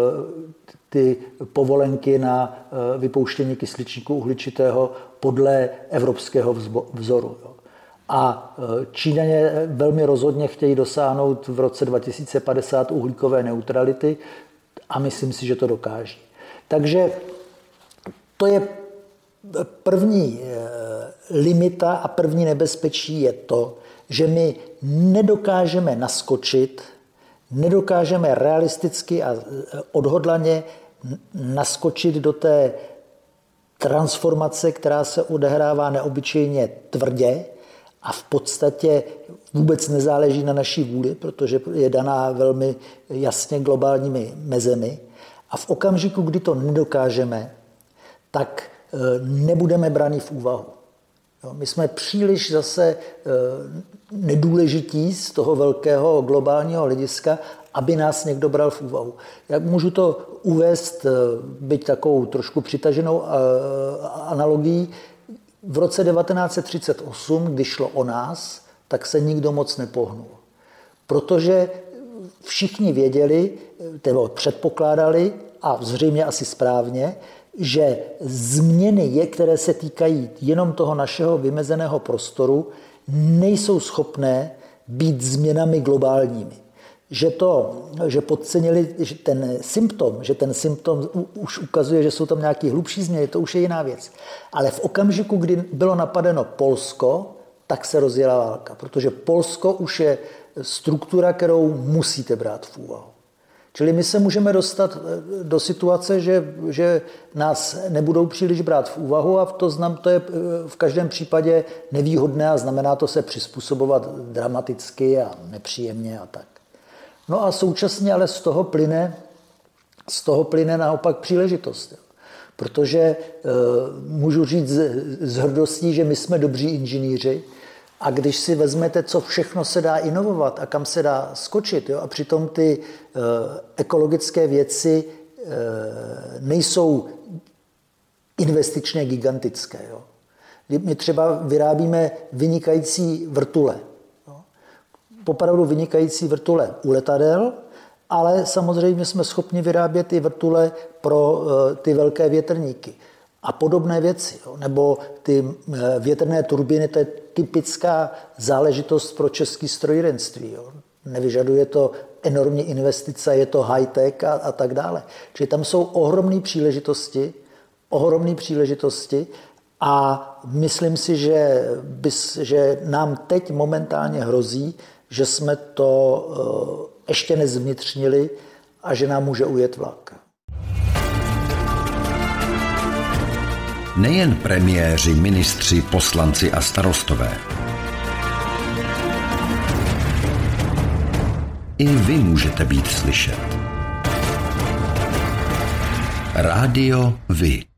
ty povolenky na vypouštění kysličníku uhličitého podle evropského vzoru. A Číňané velmi rozhodně chtějí dosáhnout v roce 2050 uhlíkové neutrality a myslím si, že to dokáží. Takže to je první limita a první nebezpečí je to, že my nedokážeme naskočit, nedokážeme realisticky a odhodlaně naskočit do té transformace, která se odehrává neobyčejně tvrdě a v podstatě vůbec nezáleží na naší vůli, protože je daná velmi jasně globálními mezemi. A v okamžiku, kdy to nedokážeme, tak nebudeme braní v úvahu. My jsme příliš zase nedůležití z toho velkého globálního hlediska, aby nás někdo bral v úvahu. Já můžu to uvést, byť takovou trošku přitaženou analogií. V roce 1938, když šlo o nás, tak se nikdo moc nepohnul. Protože všichni věděli, nebo předpokládali, a zřejmě asi správně, že změny, které se týkají jenom toho našeho vymezeného prostoru, nejsou schopné být změnami globálními. Že podcenili že ten symptom už ukazuje, že jsou tam nějaké hlubší změny, to už je jiná věc. Ale v okamžiku, kdy bylo napadeno Polsko, tak se rozjela válka, protože Polsko už je struktura, kterou musíte brát v úvahu. Čili my se můžeme dostat do situace, že nás nebudou příliš brát v úvahu a to je v každém případě nevýhodné a znamená to se přizpůsobovat dramaticky a nepříjemně a tak. No a současně ale z toho plyne naopak příležitost. Protože můžu říct s hrdostí, že my jsme dobří inženýři a když si vezmete, co všechno se dá inovovat a kam se dá skočit, jo, a přitom ty ekologické věci nejsou investičně gigantické. Jo. My třeba vyrábíme vynikající vrtule. Opravdu vynikající vrtule u letadel, ale samozřejmě jsme schopni vyrábět i vrtule pro ty velké větrníky a podobné věci. Jo. Nebo ty větrné turbíny, to je typická záležitost pro české strojírenství. Jo. Nevyžaduje to enormní investice, je to high-tech a tak dále. Čili tam jsou ohromné příležitosti a myslím si, že nám teď momentálně hrozí, že jsme to ještě nezvnitřnili a že nám může ujet vlak. Nejen premiéři, ministři, poslanci a starostové. I vy můžete být slyšet. Rádio Vy.